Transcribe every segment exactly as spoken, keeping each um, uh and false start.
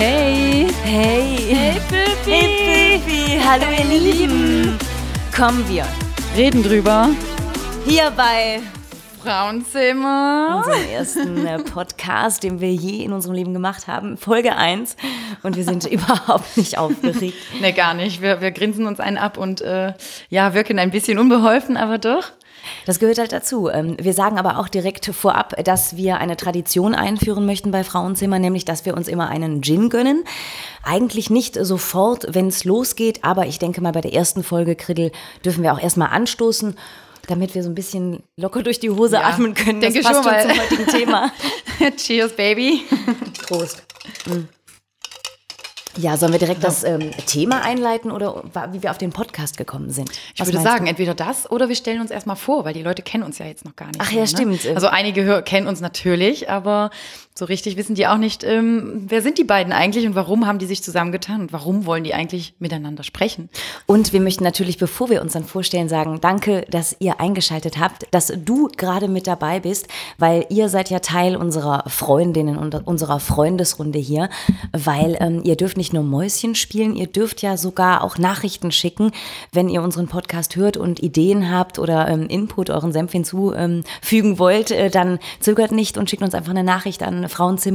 Hey. Hey. Hey, Püppi. Hey, Püppi. Hallo, ihr Lieben. Kommen wir. Reden drüber. Hier bei Frauenzimmer. Unserem ersten äh, Podcast, den wir je in unserem Leben gemacht haben. Folge eins. Und wir sind überhaupt nicht aufgeregt. Nee, gar nicht. Wir, wir grinsen uns einen ab und äh, ja, wirken ein bisschen unbeholfen, aber doch. Das gehört halt dazu. Wir sagen aber auch direkt vorab, dass wir eine Tradition einführen möchten bei Frauenzimmer, nämlich, dass wir uns immer einen Gin gönnen. Eigentlich nicht sofort, wenn es losgeht, aber ich denke mal, bei der ersten Folge, Kriddel, dürfen wir auch erstmal anstoßen, damit wir so ein bisschen locker durch die Hose ja, atmen können. Das denke passt schon, schon zum heutigen Thema. Cheers, Baby. Prost. Mm. Ja, sollen wir direkt das ähm, Thema einleiten oder wie wir auf den Podcast gekommen sind? Ich Was würde sagen, du? entweder das oder wir stellen uns erstmal vor, weil die Leute kennen uns ja jetzt noch gar nicht. Ach mehr, ja, stimmt. Ne? Also einige hör- kennen uns natürlich, aber so richtig wissen die auch nicht, ähm, wer sind die beiden eigentlich und warum haben die sich zusammengetan und warum wollen die eigentlich miteinander sprechen. Und wir möchten natürlich, bevor wir uns dann vorstellen, sagen, danke, dass ihr eingeschaltet habt, dass du gerade mit dabei bist, weil ihr seid ja Teil unserer Freundinnen und unserer Freundesrunde hier, weil ähm, ihr dürft nicht nur Mäuschen spielen, ihr dürft ja sogar auch Nachrichten schicken, wenn ihr unseren Podcast hört und Ideen habt oder ähm, Input, euren Senf hinzufügen ähm, wollt, äh, dann zögert nicht und schickt uns einfach eine Nachricht an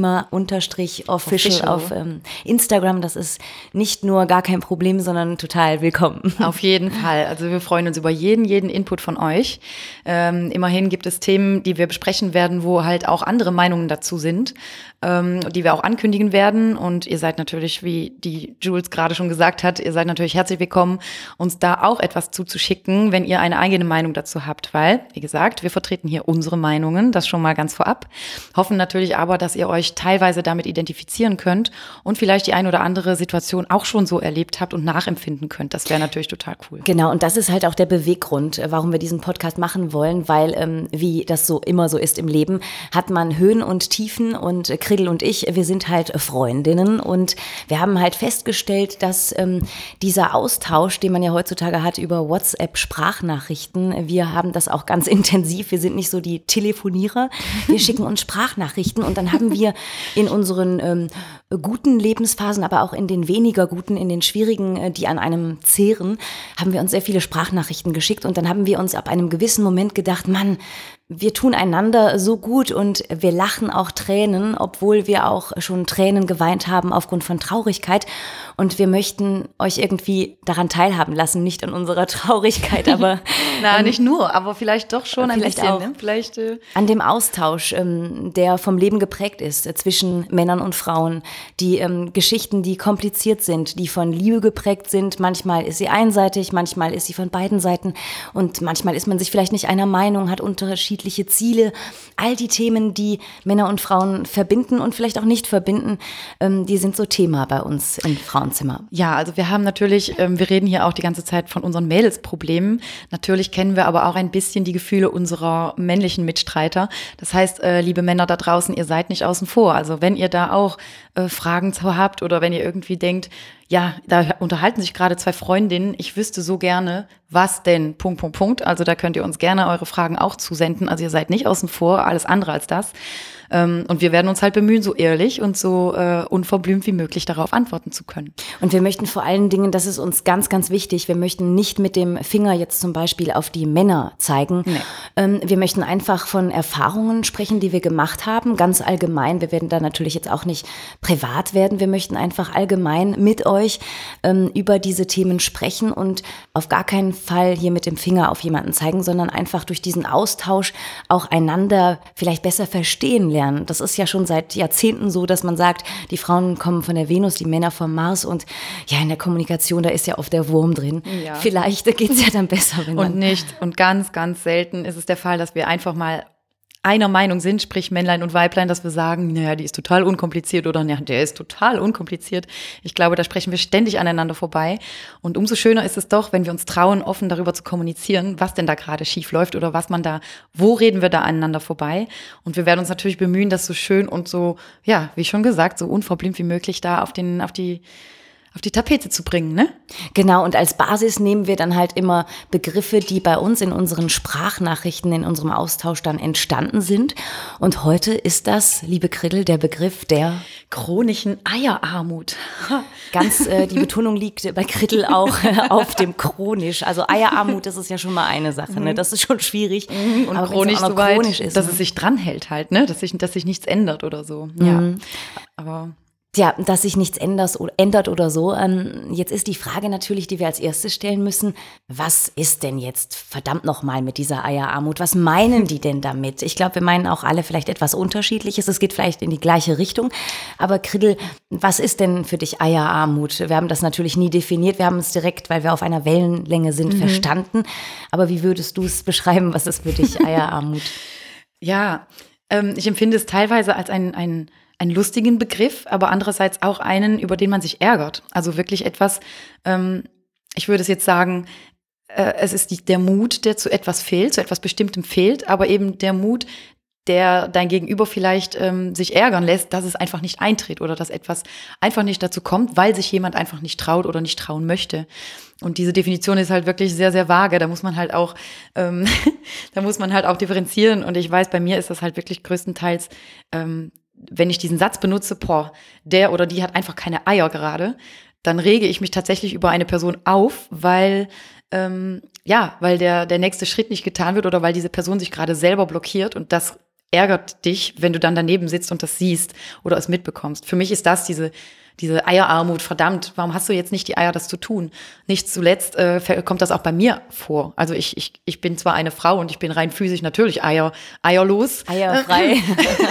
Frauenzimmer-official auf ähm, Instagram. Das ist nicht nur gar kein Problem, sondern total willkommen. Auf jeden Fall. Also wir freuen uns über jeden, jeden Input von euch. Ähm, immerhin gibt es Themen, die wir besprechen werden, wo halt auch andere Meinungen dazu sind, ähm, die wir auch ankündigen werden. Und ihr seid natürlich, wie die Jules gerade schon gesagt hat, ihr seid natürlich herzlich willkommen, uns da auch etwas zuzuschicken, wenn ihr eine eigene Meinung dazu habt. Weil, wie gesagt, wir vertreten hier unsere Meinungen, das schon mal ganz vorab. Hoffen natürlich aber, dass ihr euch teilweise damit identifizieren könnt und vielleicht die ein oder andere Situation auch schon so erlebt habt und nachempfinden könnt. Das wäre natürlich total cool. Genau, und das ist halt auch der Beweggrund, warum wir diesen Podcast machen wollen, weil, ähm, wie das so immer so ist im Leben, hat man Höhen und Tiefen und Kriddel und ich, wir sind halt Freundinnen und wir haben halt festgestellt, dass ähm, dieser Austausch, den man ja heutzutage hat über WhatsApp-Sprachnachrichten, wir haben das auch ganz intensiv, wir sind nicht so die Telefonierer, wir schicken uns Sprachnachrichten und dann haben wir in unseren ähm, guten Lebensphasen, aber auch in den weniger guten, in den schwierigen, die an einem zehren, haben wir uns sehr viele Sprachnachrichten geschickt und dann haben wir uns ab einem gewissen Moment gedacht, Mann, wir tun einander so gut und wir lachen auch Tränen, obwohl wir auch schon Tränen geweint haben aufgrund von Traurigkeit. Und wir möchten euch irgendwie daran teilhaben lassen, nicht an unserer Traurigkeit, aber Na, ähm, nicht nur, aber vielleicht doch schon ein vielleicht bisschen. Auch ne? Vielleicht äh an dem Austausch, ähm, der vom Leben geprägt ist, äh, zwischen Männern und Frauen. Die ähm, Geschichten, die kompliziert sind, die von Liebe geprägt sind. Manchmal ist sie einseitig, manchmal ist sie von beiden Seiten und manchmal ist man sich vielleicht nicht einer Meinung, hat unterschiedliche Ziele. All die Themen, die Männer und Frauen verbinden und vielleicht auch nicht verbinden, ähm, die sind so Thema bei uns im Frauenzimmer. Ja, also wir haben natürlich, ähm, wir reden hier auch die ganze Zeit von unseren Mädelsproblemen. Natürlich kennen wir aber auch ein bisschen die Gefühle unserer männlichen Mitstreiter. Das heißt, äh, liebe Männer da draußen, ihr seid nicht außen vor. Also wenn ihr da auch äh, Fragen zu habt oder wenn ihr irgendwie denkt, ja, da unterhalten sich gerade zwei Freundinnen, ich wüsste so gerne, was denn, Punkt, Punkt, Punkt. Also da könnt ihr uns gerne eure Fragen auch zusenden. Also ihr seid nicht außen vor, alles andere als das. Und wir werden uns halt bemühen, so ehrlich und so äh, unverblümt wie möglich darauf antworten zu können. Und wir möchten vor allen Dingen, das ist uns ganz, ganz wichtig, wir möchten nicht mit dem Finger jetzt zum Beispiel auf die Männer zeigen. Nee. Ähm, wir möchten einfach von Erfahrungen sprechen, die wir gemacht haben, ganz allgemein. Wir werden da natürlich jetzt auch nicht privat werden. Wir möchten einfach allgemein mit euch ähm, über diese Themen sprechen und auf gar keinen Fall hier mit dem Finger auf jemanden zeigen, sondern einfach durch diesen Austausch auch einander vielleicht besser verstehen lernen. Das ist ja schon seit Jahrzehnten so, dass man sagt, die Frauen kommen von der Venus, die Männer vom Mars und ja, in der Kommunikation, da ist ja oft der Wurm drin. Ja. Vielleicht geht es ja dann besser. Wenn und nicht, und ganz, ganz selten ist es der Fall, dass wir einfach mal einer Meinung sind, sprich Männlein und Weiblein, dass wir sagen, naja, die ist total unkompliziert oder naja, der ist total unkompliziert. Ich glaube, da sprechen wir ständig aneinander vorbei. Und umso schöner ist es doch, wenn wir uns trauen, offen darüber zu kommunizieren, was denn da gerade schief läuft oder was man da, wo reden wir da aneinander vorbei. Und wir werden uns natürlich bemühen, das so schön und so, ja, wie schon gesagt, so unverblümt wie möglich da auf den, auf die auf die Tapete zu bringen, ne? Genau, und als Basis nehmen wir dann halt immer Begriffe, die bei uns in unseren Sprachnachrichten, in unserem Austausch dann entstanden sind. Und heute ist das, liebe Kriddel, der Begriff der chronischen Eierarmut. Ganz, äh, die Betonung liegt bei Kriddel auch äh, auf dem chronisch. Also Eierarmut, das ist ja schon mal eine Sache, ne? Das ist schon schwierig. Und aber chronisch so weit, chronisch ist, dass ne? es sich dranhält halt, ne? Dass sich, dass sich nichts ändert oder so. Ja, Mhm. aber... Ja, dass sich nichts ändert, ändert oder so. Ähm, jetzt ist die Frage natürlich, die wir als erstes stellen müssen, was ist denn jetzt verdammt nochmal mit dieser Eierarmut? Was meinen die denn damit? Ich glaube, wir meinen auch alle vielleicht etwas Unterschiedliches. Es geht vielleicht in die gleiche Richtung. Aber Kriddel, was ist denn für dich Eierarmut? Wir haben das natürlich nie definiert. Wir haben es direkt, weil wir auf einer Wellenlänge sind, mhm. verstanden. Aber wie würdest du es beschreiben? Was ist für dich Eierarmut? Ja, ähm, ich empfinde es teilweise als ein, ein einen lustigen Begriff, aber andererseits auch einen, über den man sich ärgert. Also wirklich etwas, ähm, ich würde es jetzt sagen, äh, es ist die, der Mut, der zu etwas fehlt, zu etwas Bestimmtem fehlt, aber eben der Mut, der dein Gegenüber vielleicht ähm, sich ärgern lässt, dass es einfach nicht eintritt oder dass etwas einfach nicht dazu kommt, weil sich jemand einfach nicht traut oder nicht trauen möchte. Und diese Definition ist halt wirklich sehr, sehr vage. Da muss man halt auch, ähm, da muss man halt auch differenzieren. Und ich weiß, bei mir ist das halt wirklich größtenteils, ähm, wenn ich diesen Satz benutze, boah, der oder die hat einfach keine Eier gerade, dann rege ich mich tatsächlich über eine Person auf, weil ähm, ja, weil der der nächste Schritt nicht getan wird oder weil diese Person sich gerade selber blockiert und das ärgert dich, wenn du dann daneben sitzt und das siehst oder es mitbekommst. Für mich ist das diese diese Eierarmut, verdammt, warum hast du jetzt nicht die Eier, das zu tun? Nicht zuletzt äh, kommt das auch bei mir vor. Also ich, ich, ich bin zwar eine Frau und ich bin rein physisch natürlich Eier, eierlos. Eierfrei.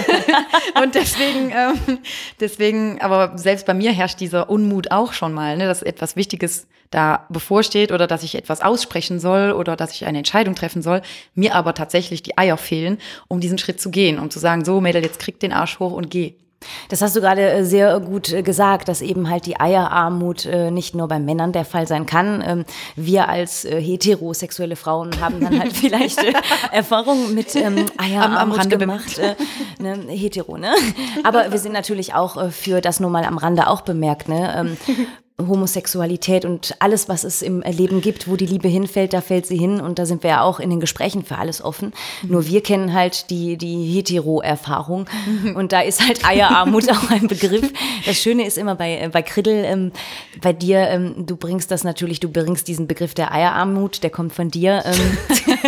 Und deswegen, ähm, deswegen, aber selbst bei mir herrscht dieser Unmut auch schon mal, ne, dass etwas Wichtiges da bevorsteht oder dass ich etwas aussprechen soll oder dass ich eine Entscheidung treffen soll, mir aber tatsächlich die Eier fehlen, um diesen Schritt zu gehen, um zu sagen, so Mädel, jetzt krieg den Arsch hoch und geh. Das hast du gerade sehr gut gesagt, dass eben halt die Eierarmut nicht nur bei Männern der Fall sein kann. Wir als heterosexuelle Frauen haben dann halt vielleicht Erfahrungen mit Eierarmut am, am Rande gemacht. Ne, hetero, ne? Aber wir sind natürlich auch für das nur mal am Rande auch bemerkt, ne? Homosexualität und alles, was es im Leben gibt, wo die Liebe hinfällt, da fällt sie hin und da sind wir ja auch in den Gesprächen für alles offen. Mhm. Nur wir kennen halt die, die Hetero-Erfahrung mhm. und da ist halt Eierarmut auch ein Begriff. Das Schöne ist immer bei, bei Kriddel, ähm, bei dir, ähm, du bringst das natürlich, du bringst diesen Begriff der Eierarmut, der kommt von dir, ähm,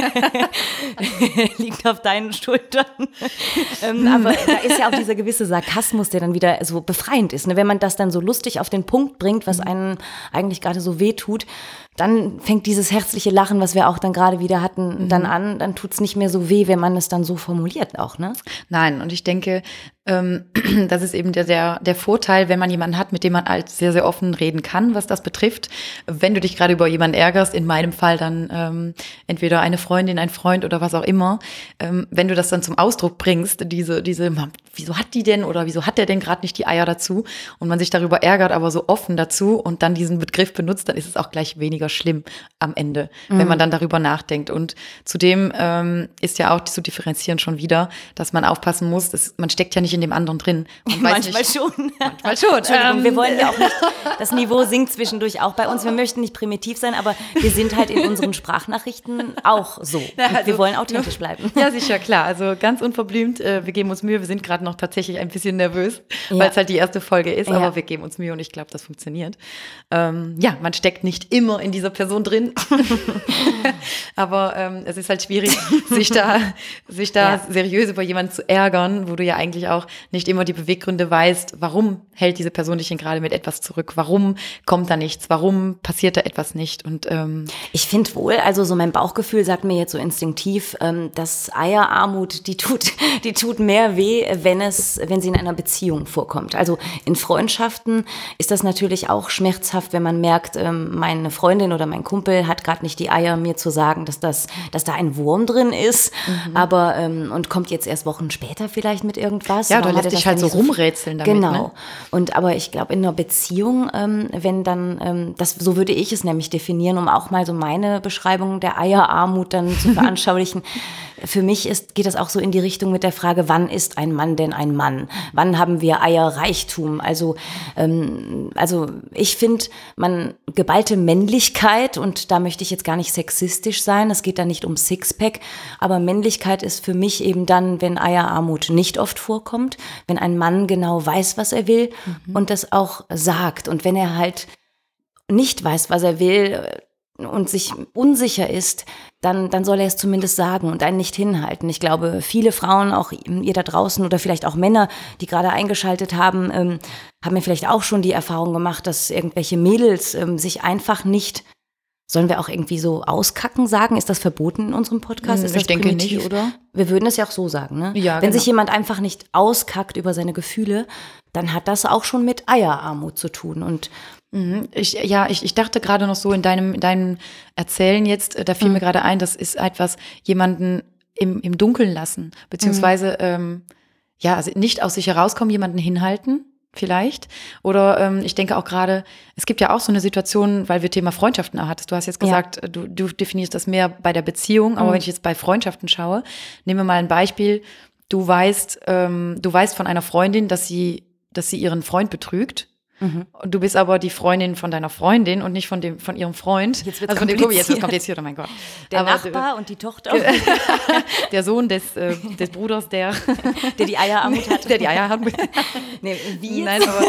liegt auf deinen Schultern. ähm, aber da ist ja auch dieser gewisse Sarkasmus, der dann wieder so befreiend ist. Ne? Wenn man das dann so lustig auf den Punkt bringt, was einen eigentlich gerade so weh tut, dann fängt dieses herzliche Lachen, was wir auch dann gerade wieder hatten, mhm. dann an. Dann tut es nicht mehr so weh, wenn man es dann so formuliert auch, ne? Nein, und ich denke, ähm, das ist eben der, der, der Vorteil, wenn man jemanden hat, mit dem man halt sehr, sehr offen reden kann, was das betrifft. Wenn du dich gerade über jemanden ärgerst, in meinem Fall dann ähm, entweder eine Freundin, ein Freund oder was auch immer, ähm, wenn du das dann zum Ausdruck bringst, diese, diese, wieso hat die denn oder wieso hat der denn gerade nicht die Eier dazu und man sich darüber ärgert, aber so offen dazu und dann diesen Begriff benutzt, dann ist es auch gleich weniger schlimm am Ende, mhm. wenn man dann darüber nachdenkt. Und zudem ähm, ist ja auch zu differenzieren schon wieder, dass man aufpassen muss, dass, man steckt ja nicht in dem anderen drin. Man weiß manchmal nicht, schon. Manchmal schon. Entschuldigung, ähm, wir wollen ja auch nicht, das Niveau sinkt zwischendurch auch bei uns. Wir möchten nicht primitiv sein, aber wir sind halt in unseren Sprachnachrichten auch so. Ja, also, wir wollen authentisch bleiben. Ja, sicher, klar. Also ganz unverblümt. Äh, wir geben uns Mühe. Wir sind gerade noch tatsächlich ein bisschen nervös, ja. weil es halt die erste Folge ist. Aber ja. wir geben uns Mühe und ich glaube, das funktioniert. Ähm, ja, man steckt nicht immer in dieser Person drin. Aber ähm, es ist halt schwierig, sich da, sich da ja. seriös über jemanden zu ärgern, wo du ja eigentlich auch nicht immer die Beweggründe weißt, warum hält diese Person dich denn gerade mit etwas zurück? Warum kommt da nichts? Warum passiert da etwas nicht? Und ähm, ich finde wohl, also so mein Bauchgefühl sagt mir jetzt so instinktiv, ähm, dass Eierarmut, die tut, die tut mehr weh, wenn es, wenn sie in einer Beziehung vorkommt. Also in Freundschaften ist das natürlich auch schmerzhaft, wenn man merkt, ähm, meine Freundin oder mein Kumpel hat gerade nicht die Eier, mir zu sagen, dass das, dass da ein Wurm drin ist, mhm. aber ähm, und kommt jetzt erst Wochen später vielleicht mit irgendwas. Ja, du lässt dich halt so rumrätseln damit. Genau. Ne? Und aber ich glaube, in einer Beziehung, ähm, wenn dann, ähm, das, so würde ich es nämlich definieren, um auch mal so meine Beschreibung der Eierarmut dann zu veranschaulichen. Für mich ist, geht das auch so in die Richtung mit der Frage, wann ist ein Mann denn ein Mann? Wann haben wir Eierreichtum? Also, ähm, also ich finde, man geballte Männlichkeit, und da möchte ich jetzt gar nicht sexistisch sein, es geht da nicht um Sixpack, aber Männlichkeit ist für mich eben dann, wenn Eierarmut nicht oft vorkommt, wenn ein Mann genau weiß, was er will mhm. und das auch sagt. Und wenn er halt nicht weiß, was er will und sich unsicher ist, dann, dann soll er es zumindest sagen und einen nicht hinhalten. Ich glaube, viele Frauen, auch ihr da draußen oder vielleicht auch Männer, die gerade eingeschaltet haben, ähm, haben mir vielleicht auch schon die Erfahrung gemacht, dass irgendwelche Mädels ähm, sich einfach nicht, sollen wir auch irgendwie so auskacken sagen? Ist das verboten in unserem Podcast? Ist ich das denke primitiv? nicht, oder? Wir würden es ja auch so sagen, ne? Ja, Wenn genau. sich jemand einfach nicht auskackt über seine Gefühle, dann hat das auch schon mit Eierarmut zu tun. Und Ich, ja, ich, ich dachte gerade noch so in deinem, in deinem Erzählen jetzt, da fiel mhm. mir gerade ein, das ist etwas, jemanden im, im Dunkeln lassen, beziehungsweise, mhm. ähm, ja, also nicht aus sich herauskommen, jemanden hinhalten, vielleicht. Oder ähm, ich denke auch gerade, es gibt ja auch so eine Situation, weil wir Thema Freundschaften hattest. Du hast jetzt gesagt, ja. du, du definierst das mehr bei der Beziehung, aber mhm. wenn ich jetzt bei Freundschaften schaue, nehmen wir mal ein Beispiel, du weißt, ähm, du weißt von einer Freundin, dass sie, dass sie ihren Freund betrügt. Mhm. Und du bist aber die Freundin von deiner Freundin und nicht von dem von ihrem Freund. Jetzt wird's also von dem Tobi, jetzt kommt jetzt hier, oh mein Gott. Der aber, Nachbar und die Tochter. Der Sohn des, äh, des Bruders, der der die Eierarmut hat. Der die Eier hat. Nee, wie? Nein, aber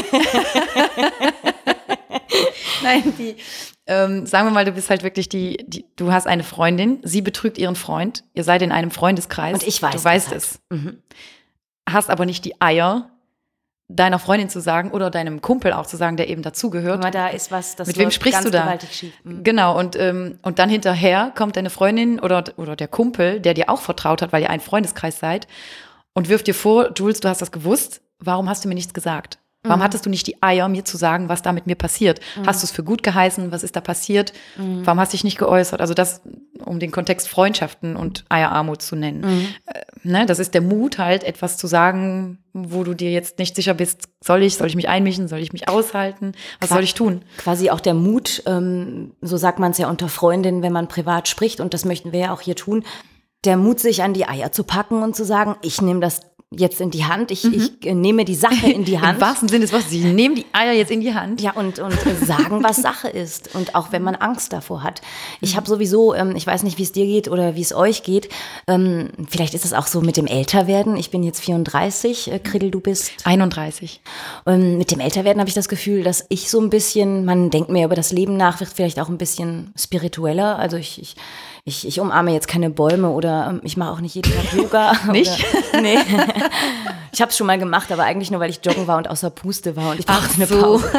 Nein, die, ähm, sagen wir mal, du bist halt wirklich die, die, du hast eine Freundin, sie betrügt ihren Freund, ihr seid in einem Freundeskreis. Und ich weiß Du weißt halt. es. Mhm. Hast aber nicht die Eier, deiner Freundin zu sagen oder deinem Kumpel auch zu sagen, der eben dazugehört. Aber da ist was, das Mit wem sprichst ganz du da? gewaltig schief. Mhm. Genau, und, ähm, und dann hinterher kommt deine Freundin oder, oder der Kumpel, der dir auch vertraut hat, weil ihr ein Freundeskreis seid, und wirft dir vor, Jules, du hast das gewusst, warum hast du mir nichts gesagt? Warum mhm. hattest du nicht die Eier, mir zu sagen, was da mit mir passiert? Mhm. Hast du es für gut geheißen? Was ist da passiert? Mhm. Warum hast du dich nicht geäußert? Also das, um den Kontext Freundschaften und Eierarmut zu nennen. Mhm. Äh, ne, das ist der Mut, halt etwas zu sagen, wo du dir jetzt nicht sicher bist, soll ich, soll ich mich einmischen, soll ich mich aushalten? Was Qua- soll ich tun? Quasi auch der Mut, ähm, so sagt man es ja unter Freundinnen, wenn man privat spricht, und das möchten wir ja auch hier tun, der Mut, sich an die Eier zu packen und zu sagen, ich nehme das jetzt in die Hand, ich, mhm. ich äh, nehme die Sache in die Hand. Im wahrsten Sinne des Wortes, sie nehmen die Eier jetzt in die Hand. Ja, und, und äh, sagen, was Sache ist. Und auch wenn man Angst davor hat. Ich habe sowieso, ähm, ich weiß nicht, wie es dir geht oder wie es euch geht, ähm, vielleicht ist es auch so mit dem Älterwerden. Ich bin jetzt vierunddreißig, äh, Kriddel, du bist? einunddreißig. Ähm, mit dem Älterwerden habe ich das Gefühl, dass ich so ein bisschen, man denkt mehr über das Leben nach, wird vielleicht auch ein bisschen spiritueller. Also ich, ich Ich, ich umarme jetzt keine Bäume oder ähm, ich mache auch nicht jeden Tag Yoga. Nicht? Oder, nee. Ich habe es schon mal gemacht, aber eigentlich nur, weil ich joggen war und außer Puste war und ich brauchte eine so. Pause.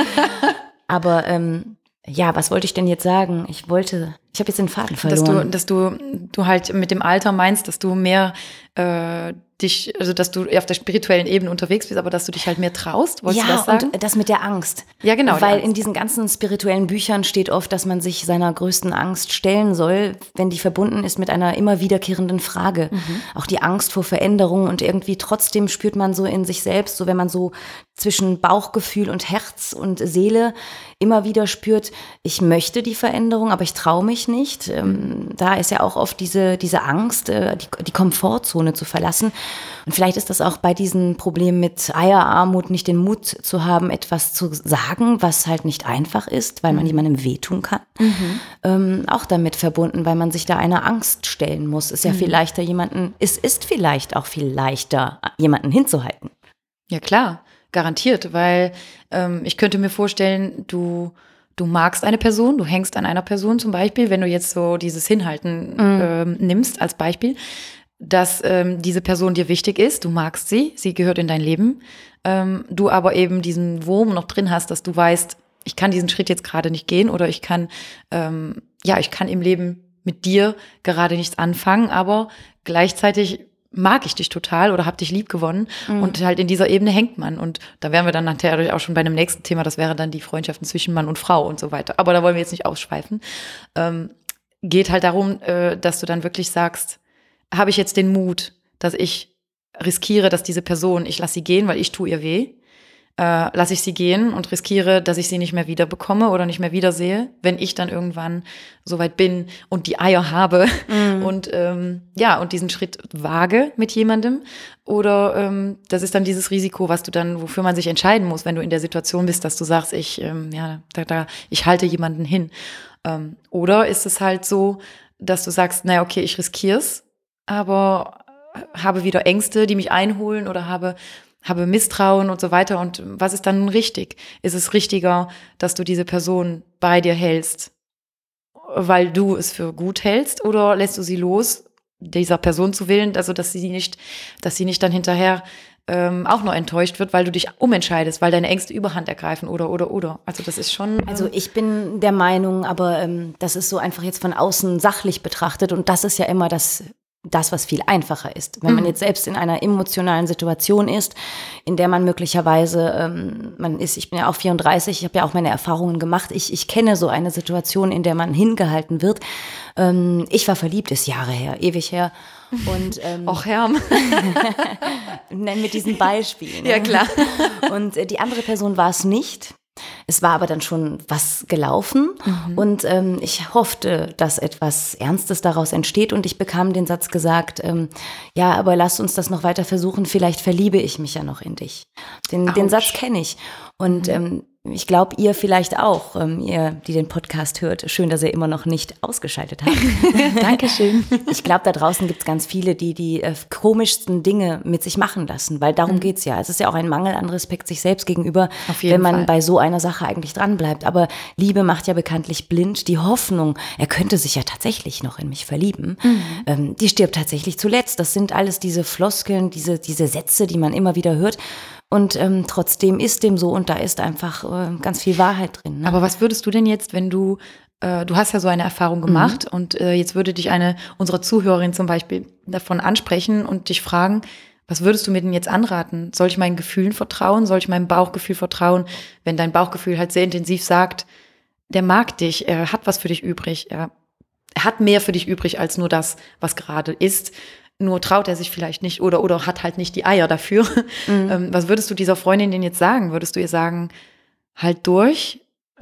Aber ähm, ja, was wollte ich denn jetzt sagen? Ich wollte, ich habe jetzt den Faden verloren. Dass du, dass du, du halt mit dem Alter meinst, dass du mehr äh, dich, also dass du auf der spirituellen Ebene unterwegs bist, aber dass du dich halt mehr traust, wolltest ja, du das sagen? Und das mit der Angst. Ja, genau. Weil in diesen ganzen spirituellen Büchern steht oft, dass man sich seiner größten Angst stellen soll, wenn die verbunden ist mit einer immer wiederkehrenden Frage. Mhm. Auch die Angst vor Veränderung, und irgendwie trotzdem spürt man so in sich selbst, so wenn man so zwischen Bauchgefühl und Herz und Seele immer wieder spürt, ich möchte die Veränderung, aber ich traue mich nicht. Mhm. Da ist ja auch oft diese, diese Angst, die, die Komfortzone zu verlassen. Und vielleicht ist das auch bei diesen Problemen mit Eierarmut, nicht den Mut zu haben, etwas zu sagen, was halt nicht einfach ist, weil man mhm. jemandem wehtun kann. Mhm. Ähm, auch damit verbunden, weil man sich da einer Angst stellen muss. Ist ja mhm. viel leichter, jemanden, es ist vielleicht auch viel leichter, jemanden hinzuhalten. Ja, klar, garantiert, weil ähm, ich könnte mir vorstellen, du Du magst eine Person, du hängst an einer Person zum Beispiel, wenn du jetzt so dieses Hinhalten mhm. ähm, nimmst als Beispiel, dass ähm, diese Person dir wichtig ist, du magst sie, sie gehört in dein Leben, ähm, du aber eben diesen Wurm noch drin hast, dass du weißt, ich kann diesen Schritt jetzt gerade nicht gehen oder ich kann, ähm, ja, ich kann im Leben mit dir gerade nichts anfangen, aber gleichzeitig mag ich dich total oder hab dich lieb gewonnen mhm. und halt in dieser Ebene hängt man, und da wären wir dann natürlich auch schon bei einem nächsten Thema, das wäre dann die Freundschaften zwischen Mann und Frau und so weiter, aber da wollen wir jetzt nicht ausschweifen. Ähm, geht halt darum, äh, dass du dann wirklich sagst, habe ich jetzt den Mut, dass ich riskiere, dass diese Person, ich lasse sie gehen, weil ich tue ihr weh, äh, lasse ich sie gehen und riskiere, dass ich sie nicht mehr wieder bekomme oder nicht mehr wiedersehe, wenn ich dann irgendwann soweit bin und die Eier habe mhm. und ähm, ja, und diesen Schritt wage mit jemandem. Oder ähm, das ist dann dieses Risiko, was du dann, wofür man sich entscheiden muss, wenn du in der Situation bist, dass du sagst, ich, ähm, ja, da, da, ich halte jemanden hin. Ähm, oder ist es halt so, dass du sagst, naja, okay, ich riskiere es, aber habe wieder Ängste, die mich einholen oder habe habe Misstrauen und so weiter. Und was ist dann nun richtig? Ist es richtiger, dass du diese Person bei dir hältst, weil du es für gut hältst, oder lässt du sie los, dieser Person zu willen, also dass sie nicht, dass sie nicht dann hinterher ähm, auch noch enttäuscht wird, weil du dich umentscheidest, weil deine Ängste Überhand ergreifen oder, oder, oder. Also das ist schon... Ähm also ich bin der Meinung, aber ähm, das ist so einfach jetzt von außen sachlich betrachtet, und das ist ja immer das... das, was viel einfacher ist. Wenn man jetzt selbst in einer emotionalen Situation ist, in der man möglicherweise, ähm, man ist, ich bin ja auch vierunddreißig, ich habe ja auch meine Erfahrungen gemacht, ich, ich kenne so eine Situation, in der man hingehalten wird. Ähm, ich war verliebt, ist Jahre her, ewig her. Und ähm, auch Herm. Nenn mit diesen Beispielen. Ja, klar. Und äh, die andere Person war es nicht. Es war aber dann schon was gelaufen mhm. und ähm, ich hoffte, dass etwas Ernstes daraus entsteht, und ich bekam den Satz gesagt, ähm, ja, aber lass uns das noch weiter versuchen, vielleicht verliebe ich mich ja noch in dich. Den, den Satz kenne ich, und mhm. ähm, ich glaube, ihr vielleicht auch, ähm, ihr, die den Podcast hört. Schön, dass ihr immer noch nicht ausgeschaltet habt. Dankeschön. Ich glaube, da draußen gibt es ganz viele, die die äh, komischsten Dinge mit sich machen lassen, weil darum mhm. geht's ja. Es ist ja auch ein Mangel an Respekt sich selbst gegenüber, wenn man Fall. bei so einer Sache eigentlich dranbleibt. Aber Liebe macht ja bekanntlich blind. Die Hoffnung, er könnte sich ja tatsächlich noch in mich verlieben, mhm. ähm, die stirbt tatsächlich zuletzt. Das sind alles diese Floskeln, diese, diese Sätze, die man immer wieder hört. Und ähm, trotzdem ist dem so, und da ist einfach äh, ganz viel Wahrheit drin. Ne? Aber was würdest du denn jetzt, wenn du, äh, du hast ja so eine Erfahrung gemacht mhm. und äh, jetzt würde dich eine unserer Zuhörerinnen zum Beispiel davon ansprechen und dich fragen, was würdest du mir denn jetzt anraten? Soll ich meinen Gefühlen vertrauen? Soll ich meinem Bauchgefühl vertrauen? Wenn dein Bauchgefühl halt sehr intensiv sagt, der mag dich, er hat was für dich übrig, er, er hat mehr für dich übrig als nur das, was gerade ist. Nur traut er sich vielleicht nicht oder, oder hat halt nicht die Eier dafür. Mhm. Ähm, was würdest du dieser Freundin denn jetzt sagen? Würdest du ihr sagen, halt durch?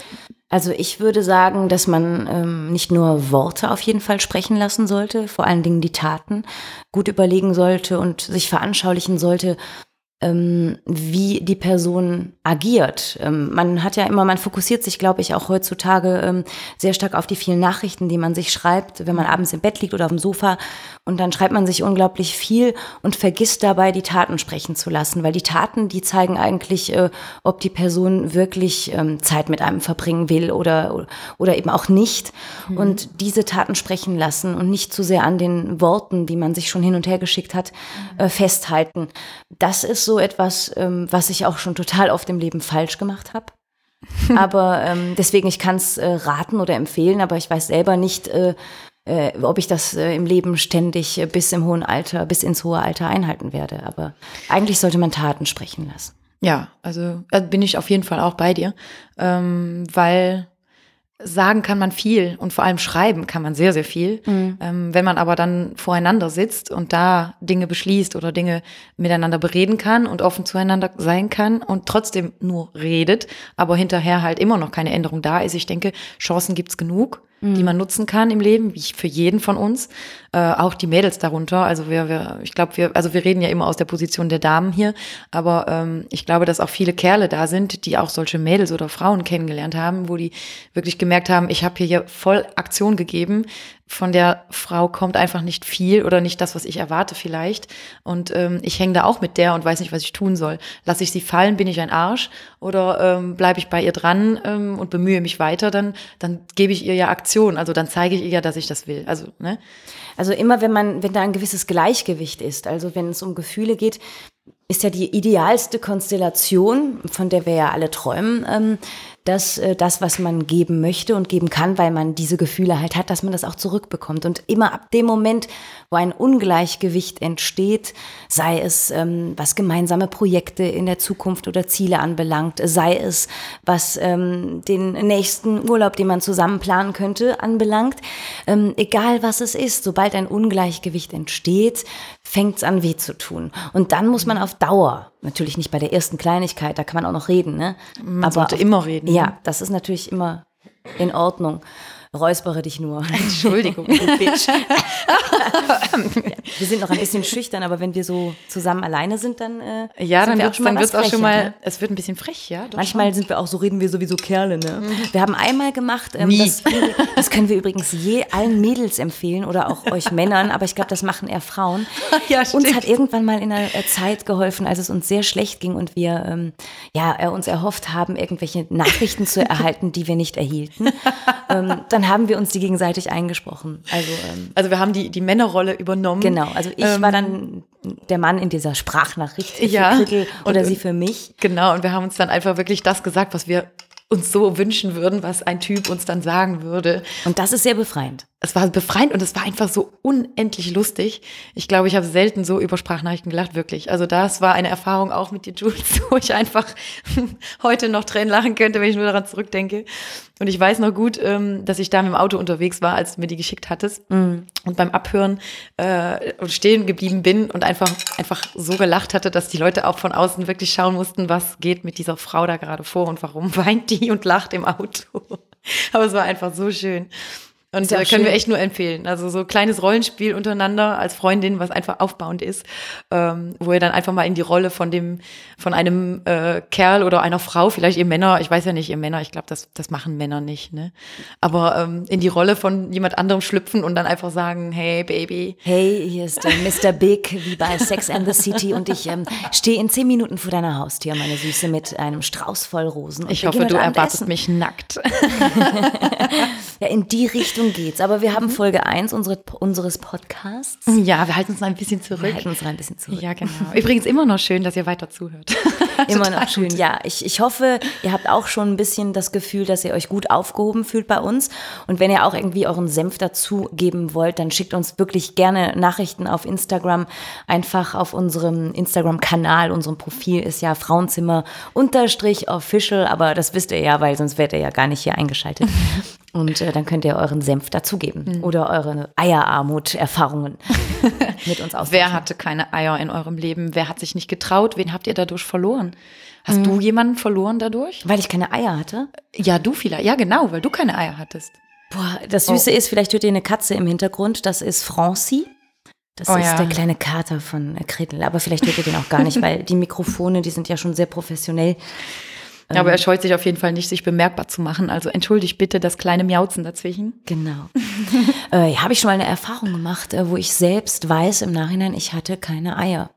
Also ich würde sagen, dass man ähm, nicht nur Worte auf jeden Fall sprechen lassen sollte, vor allen Dingen die Taten gut überlegen sollte und sich veranschaulichen sollte, ähm, wie die Person agiert. Ähm, man hat ja immer, man fokussiert sich, glaube ich, auch heutzutage ähm, sehr stark auf die vielen Nachrichten, die man sich schreibt, wenn man abends im Bett liegt oder auf dem Sofa, und dann schreibt man sich unglaublich viel und vergisst dabei, die Taten sprechen zu lassen, weil die Taten, die zeigen eigentlich, äh, ob die Person wirklich ähm, Zeit mit einem verbringen will oder, oder eben auch nicht. Mhm. Und diese Taten sprechen lassen und nicht zu sehr an den Worten, die man sich schon hin und her geschickt hat, äh, festhalten. Das ist so etwas, ähm, was ich auch schon total oft im Leben falsch gemacht habe. Aber ähm, deswegen, ich kann es äh, raten oder empfehlen, aber ich weiß selber nicht, äh, äh, ob ich das äh, im Leben ständig äh, bis im hohen Alter, bis ins hohe Alter einhalten werde. Aber eigentlich sollte man Taten sprechen lassen. Ja, also äh, bin ich auf jeden Fall auch bei dir, ähm, weil sagen kann man viel und vor allem schreiben kann man sehr, sehr viel. Mhm. Ähm, wenn man aber dann voreinander sitzt und da Dinge beschließt oder Dinge miteinander bereden kann und offen zueinander sein kann und trotzdem nur redet, aber hinterher halt immer noch keine Änderung da ist. Ich denke, Chancen gibt's genug, mhm. die man nutzen kann im Leben, wie für jeden von uns, äh, auch die Mädels darunter. Also wir, wir ich glaube, wir, also wir reden ja immer aus der Position der Damen hier, aber ähm, ich glaube, dass auch viele Kerle da sind, die auch solche Mädels oder Frauen kennengelernt haben, wo die wirklich gemerkt haben, ich habe hier voll Aktion gegeben, von der Frau kommt einfach nicht viel oder nicht das, was ich erwarte vielleicht, und ähm, ich hänge da auch mit der und weiß nicht, was ich tun soll. Lasse ich sie fallen, bin ich ein Arsch, oder ähm, bleibe ich bei ihr dran ähm, und bemühe mich weiter, dann dann gebe ich ihr ja Aktion, also dann zeige ich ihr ja, dass ich das will. Also, ne? Also immer, wenn man, wenn da ein gewisses Gleichgewicht ist, also wenn es um Gefühle geht, ist ja die idealste Konstellation, von der wir ja alle träumen, ähm, dass äh, das, was man geben möchte und geben kann, weil man diese Gefühle halt hat, dass man das auch zurückbekommt. Und immer ab dem Moment, wo ein Ungleichgewicht entsteht, sei es, ähm, was gemeinsame Projekte in der Zukunft oder Ziele anbelangt, sei es, was ähm, den nächsten Urlaub, den man zusammen planen könnte, anbelangt, ähm, egal was es ist, sobald ein Ungleichgewicht entsteht, fängt es an weh zu tun. Und dann muss man auf Dauer, natürlich nicht bei der ersten Kleinigkeit, da kann man auch noch reden, ne? Man Aber sollte auf, immer reden. Ja, das ist natürlich immer in Ordnung. Räuspere dich nur. Entschuldigung. Bitch. Ja, wir sind noch ein bisschen schüchtern, aber wenn wir so zusammen alleine sind, dann äh, ja, sind dann wir wird auch schon mal dann wird's was auch schon frech, mal, ne? es wird ein bisschen frech, ja. Doch Manchmal schon. sind wir auch so, reden wir sowieso Kerle, ne? Wir haben einmal gemacht, ähm, Nie. das, das können wir übrigens je allen Mädels empfehlen oder auch euch Männern, aber ich glaube, das machen eher Frauen. Ja, Uns stimmt. hat irgendwann mal in einer äh, Zeit geholfen, als es uns sehr schlecht ging und wir ähm, ja, äh, uns erhofft haben, irgendwelche Nachrichten zu erhalten, die wir nicht erhielten. ähm, dann haben wir uns die gegenseitig eingesprochen. Also, ähm, Also wir haben die, die Männerrolle übernommen. genau, also ich Ähm, war dann der Mann in dieser Sprachnachricht für Ja. Kriegel oder Und- sie für mich. Genau, und wir haben uns dann einfach wirklich das gesagt, was wir uns so wünschen würden, was ein Typ uns dann sagen würde. Und das ist sehr befreiend. Es war befreiend und es war einfach so unendlich lustig. Ich glaube, ich habe selten so über Sprachnachrichten gelacht, wirklich. Also das war eine Erfahrung auch mit dir, Jules, wo ich einfach heute noch Tränen lachen könnte, wenn ich nur daran zurückdenke. Und ich weiß noch gut, ähm, dass ich da mit dem Auto unterwegs war, als du mir die geschickt hattest. Mm. Und beim Abhören äh, stehen geblieben bin und einfach, einfach so gelacht hatte, dass die Leute auch von außen wirklich schauen mussten, was geht mit dieser Frau da gerade vor und warum weint die und lacht im Auto. Aber es war einfach so schön. Und Ist ja äh, auch können wir schön. echt nur empfehlen. Also so kleines Rollenspiel untereinander als Freundin, was einfach aufbauend ist, ähm, wo ihr dann einfach mal in die Rolle von dem, von einem äh, Kerl oder einer Frau, vielleicht ihr Männer, ich weiß ja nicht, ihr Männer, ich glaube, das, das machen Männer nicht, ne? Aber ähm, in die Rolle von jemand anderem schlüpfen und dann einfach sagen, hey Baby. Hey, hier ist der Mister Big, wie bei Sex and the City und ich ähm, stehe in zehn Minuten vor deiner Haustür, meine Süße, mit einem Strauß voll Rosen. Und Ich wir hoffe, gehen du heute Abend erwartest essen. mich nackt. Ja, in die Richtung geht's. Aber wir haben Mhm. Folge eins unsere, unseres Podcasts. Ja, wir halten uns noch ein bisschen Wir zurück. halten uns rein ein bisschen zurück. Ja, genau. Übrigens immer noch schön, dass ihr weiter zuhört. Immer Total noch schön. Ja, ich, ich hoffe, ihr habt auch schon ein bisschen das Gefühl, dass ihr euch gut aufgehoben fühlt bei uns. Und wenn ihr auch irgendwie euren Senf dazugeben wollt, dann schickt uns wirklich gerne Nachrichten auf Instagram. Einfach auf unserem Instagram-Kanal, unserem Profil ist ja Frauenzimmer unterstrich official, aber das wisst ihr ja, weil sonst wärt ihr ja gar nicht hier eingeschaltet. Und äh, dann könnt ihr euren Senf dazugeben Mhm. oder eure Eierarmut-Erfahrungen mit uns austauschen. Wer hatte keine Eier in eurem Leben? Wer hat sich nicht getraut? Wen habt ihr dadurch verloren? Hast Mhm. du jemanden verloren dadurch? Weil ich keine Eier hatte? Ja, du vielleicht. Ja, genau, weil du keine Eier hattest. Boah, das Süße ist, vielleicht hört ihr eine Katze im Hintergrund, das ist Francie. Das Oh ist ja. der kleine Kater von äh, Gretel, aber vielleicht hört ihr den auch gar nicht, weil die Mikrofone, die sind ja schon sehr professionell. Ja, aber er scheut sich auf jeden Fall nicht, sich bemerkbar zu machen. Also entschuldigt bitte das kleine Miauzen dazwischen. Genau. äh, Habe ich schon mal eine Erfahrung gemacht, äh, wo ich selbst weiß im Nachhinein, ich hatte keine Eier.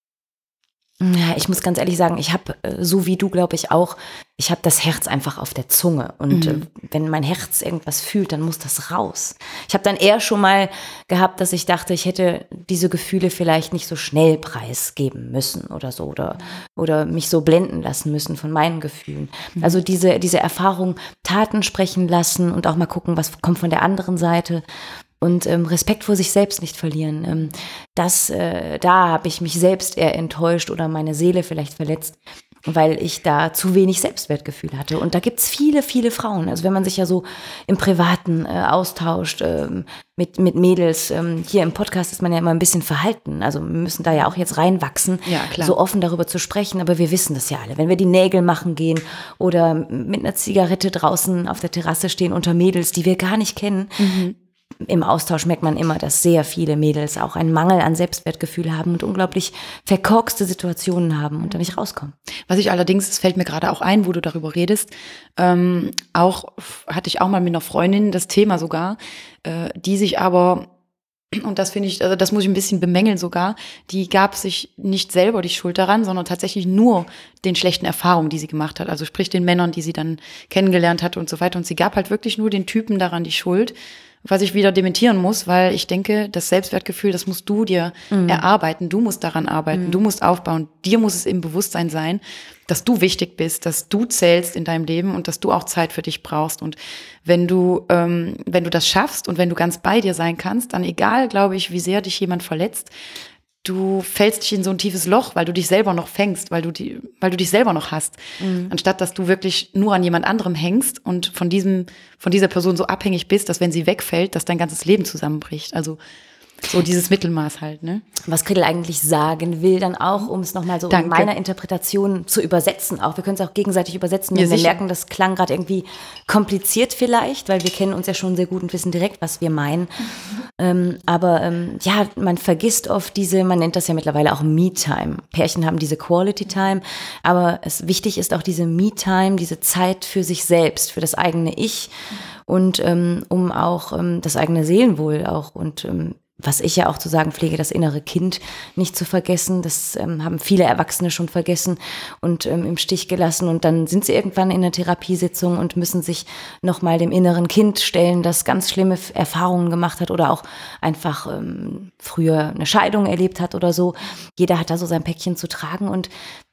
Ja, ich muss ganz ehrlich sagen, ich habe, äh, so wie du, glaube ich auch, ich habe das Herz einfach auf der Zunge. Und Mhm. äh, wenn mein Herz irgendwas fühlt, dann muss das raus. Ich habe dann eher schon mal gehabt, dass ich dachte, ich hätte diese Gefühle vielleicht nicht so schnell preisgeben müssen oder so. Oder, oder mich so blenden lassen müssen von meinen Gefühlen. Mhm. Also diese, diese Erfahrung, Taten sprechen lassen und auch mal gucken, was kommt von der anderen Seite. Und ähm, Respekt vor sich selbst nicht verlieren. Ähm, das, äh, da habe ich mich selbst eher enttäuscht oder meine Seele vielleicht verletzt, weil ich da zu wenig Selbstwertgefühl hatte. Und da gibt's viele, viele Frauen. Also wenn man sich ja so im Privaten äh, austauscht ähm, mit, mit Mädels, ähm, hier im Podcast ist man ja immer ein bisschen verhalten. Also wir müssen da ja auch jetzt reinwachsen, Ja, klar. so offen darüber zu sprechen. Aber wir wissen das ja alle. Wenn wir die Nägel machen gehen oder mit einer Zigarette draußen auf der Terrasse stehen unter Mädels, die wir gar nicht kennen, Mhm. im Austausch merkt man immer, dass sehr viele Mädels auch einen Mangel an Selbstwertgefühl haben und unglaublich verkorkste Situationen haben und da nicht rauskommen. Was ich allerdings, es fällt mir gerade auch ein, wo du darüber redest, ähm, auch hatte ich auch mal mit einer Freundin das Thema sogar, äh, die sich aber, und das finde ich, also das muss ich ein bisschen bemängeln sogar, die gab sich nicht selber die Schuld daran, sondern tatsächlich nur den schlechten Erfahrungen, die sie gemacht hat. Also sprich den Männern, die sie dann kennengelernt hat und so weiter. Und sie gab halt wirklich nur den Typen daran die Schuld, was ich wieder dementieren muss, weil ich denke, das Selbstwertgefühl, das musst du dir Mhm. erarbeiten. Du musst daran arbeiten, du musst aufbauen. Dir muss es im Bewusstsein sein, dass du wichtig bist, dass du zählst in deinem Leben und dass du auch Zeit für dich brauchst. Und wenn du, ähm, wenn du das schaffst und wenn du ganz bei dir sein kannst, dann egal, glaube ich, wie sehr dich jemand verletzt, du fällst dich in so ein tiefes Loch, weil du dich selber noch fängst, weil du die, weil du dich selber noch hast, Mhm. anstatt dass du wirklich nur an jemand anderem hängst und von diesem, von dieser Person so abhängig bist, dass wenn sie wegfällt, dass dein ganzes Leben zusammenbricht. Also So dieses Mittelmaß halt, ne? Was Kriddel eigentlich sagen will, dann auch, um es nochmal so Danke. in meiner Interpretation zu übersetzen auch. Wir können es auch gegenseitig übersetzen, wenn Ja, wir sicher. merken, das klang gerade irgendwie kompliziert vielleicht, weil wir kennen uns ja schon sehr gut und wissen direkt, was wir meinen. Ähm, aber ähm, ja, man vergisst oft diese, man nennt das ja mittlerweile auch Me-Time. Pärchen haben diese Quality-Time, aber es wichtig ist auch diese Me-Time, diese Zeit für sich selbst, für das eigene Ich und ähm, um auch ähm, das eigene Seelenwohl auch und ähm, was ich ja auch zu sagen pflege, das innere Kind nicht zu vergessen. Das ähm, haben viele Erwachsene schon vergessen und ähm, im Stich gelassen. Und dann sind sie irgendwann in einer Therapiesitzung und müssen sich nochmal dem inneren Kind stellen, das ganz schlimme Erfahrungen gemacht hat oder auch einfach ähm, früher eine Scheidung erlebt hat oder so. Jeder hat da so sein Päckchen zu tragen und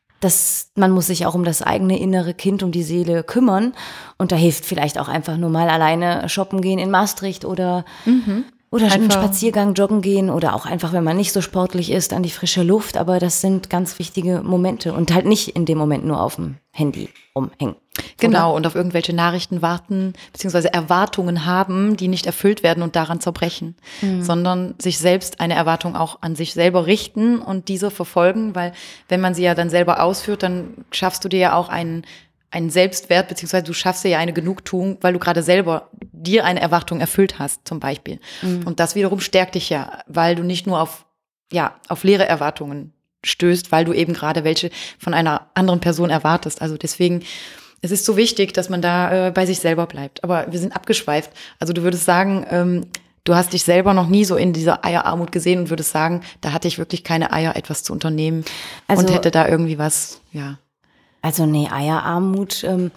das, man muss sich auch um das eigene innere Kind, um die Seele kümmern. Und da hilft vielleicht auch einfach nur mal alleine shoppen gehen in Maastricht oder Mhm. Oder einen Einfach- Spaziergang joggen gehen oder auch einfach, wenn man nicht so sportlich ist, an die frische Luft. Aber das sind ganz wichtige Momente und halt nicht in dem Moment nur auf dem Handy rumhängen. Genau, und auf irgendwelche Nachrichten warten, beziehungsweise Erwartungen haben, die nicht erfüllt werden und daran zerbrechen, Mhm. sondern sich selbst eine Erwartung auch an sich selber richten und diese verfolgen, weil wenn man sie ja dann selber ausführt, dann schaffst du dir ja auch einen, einen Selbstwert, beziehungsweise du schaffst dir ja eine Genugtuung, weil du gerade selber dir eine Erwartung erfüllt hast, zum Beispiel. Mhm. Und das wiederum stärkt dich ja, weil du nicht nur auf, ja, auf leere Erwartungen stößt, weil du eben gerade welche von einer anderen Person erwartest. Also deswegen, es ist so wichtig, dass man da äh, bei sich selber bleibt. Aber wir sind abgeschweift. Also du würdest sagen, ähm, du hast dich selber noch nie so in dieser Eierarmut gesehen und würdest sagen, da hatte ich wirklich keine Eier, etwas zu unternehmen Also- und hätte da irgendwie was, ja. Also nee, Eierarmut. Ähm,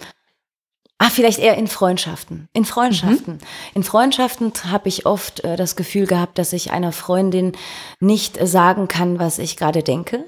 ah, vielleicht eher in Freundschaften. In Freundschaften. In Freundschaften habe ich oft äh, das Gefühl gehabt, dass ich einer Freundin nicht äh, sagen kann, was ich gerade denke.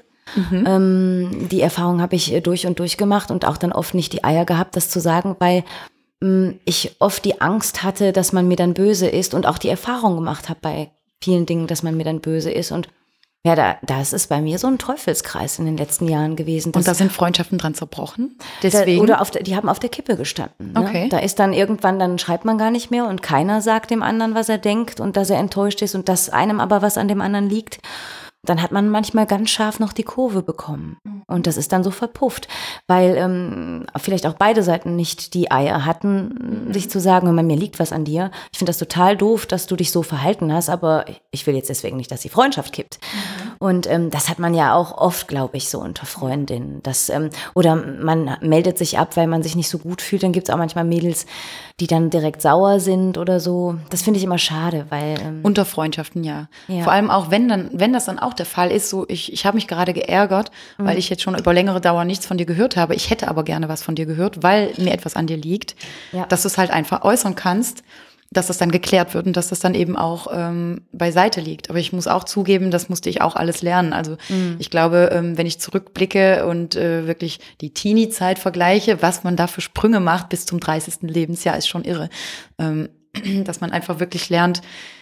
Ähm, die Erfahrung habe ich äh, durch und durch gemacht und auch dann oft nicht die Eier gehabt, das zu sagen, weil ähm, ich oft die Angst hatte, dass man mir dann böse ist und auch die Erfahrung gemacht habe bei vielen Dingen, dass man mir dann böse ist. Und ja, da, das ist bei mir so ein Teufelskreis in den letzten Jahren gewesen. Und dass- da sind Freundschaften dran zerbrochen. da, Deswegen. oder auf der, die haben auf der Kippe gestanden. Ne? Okay. Da ist dann irgendwann, dann schreibt man gar nicht mehr und keiner sagt dem anderen, was er denkt und dass er enttäuscht ist und dass einem aber was an dem anderen liegt. Dann hat man manchmal ganz scharf noch die Kurve bekommen. Und das ist dann so verpufft, weil ähm, vielleicht auch beide Seiten nicht die Eier hatten, sich zu sagen, hör mal, mir liegt was an dir. Ich finde das total doof, dass du dich so verhalten hast, aber ich will jetzt deswegen nicht, dass die Freundschaft kippt. Und ähm, das hat man ja auch oft, glaube ich, so unter Freundinnen. Dass, ähm, oder man meldet sich ab, weil man sich nicht so gut fühlt. Dann gibt es auch manchmal Mädels, die dann direkt sauer sind oder so. Das finde ich immer schade, weil ähm, Unter Freundschaften, ja. Ja. Vor allem auch, wenn dann, wenn das dann auch der Fall ist, so ich, ich habe mich gerade geärgert, weil ich jetzt schon über längere Dauer nichts von dir gehört habe. Ich hätte aber gerne was von dir gehört, weil mir etwas an dir liegt, Ja. dass du es halt einfach äußern kannst, dass das dann geklärt wird und dass das dann eben auch ähm, beiseite liegt. Aber ich muss auch zugeben, das musste ich auch alles lernen. Also ich glaube, ähm, wenn ich zurückblicke und äh, wirklich die Teenie-Zeit vergleiche, was man da für Sprünge macht bis zum dreißigsten Lebensjahr, ist schon irre. Ähm, dass man einfach wirklich lernt,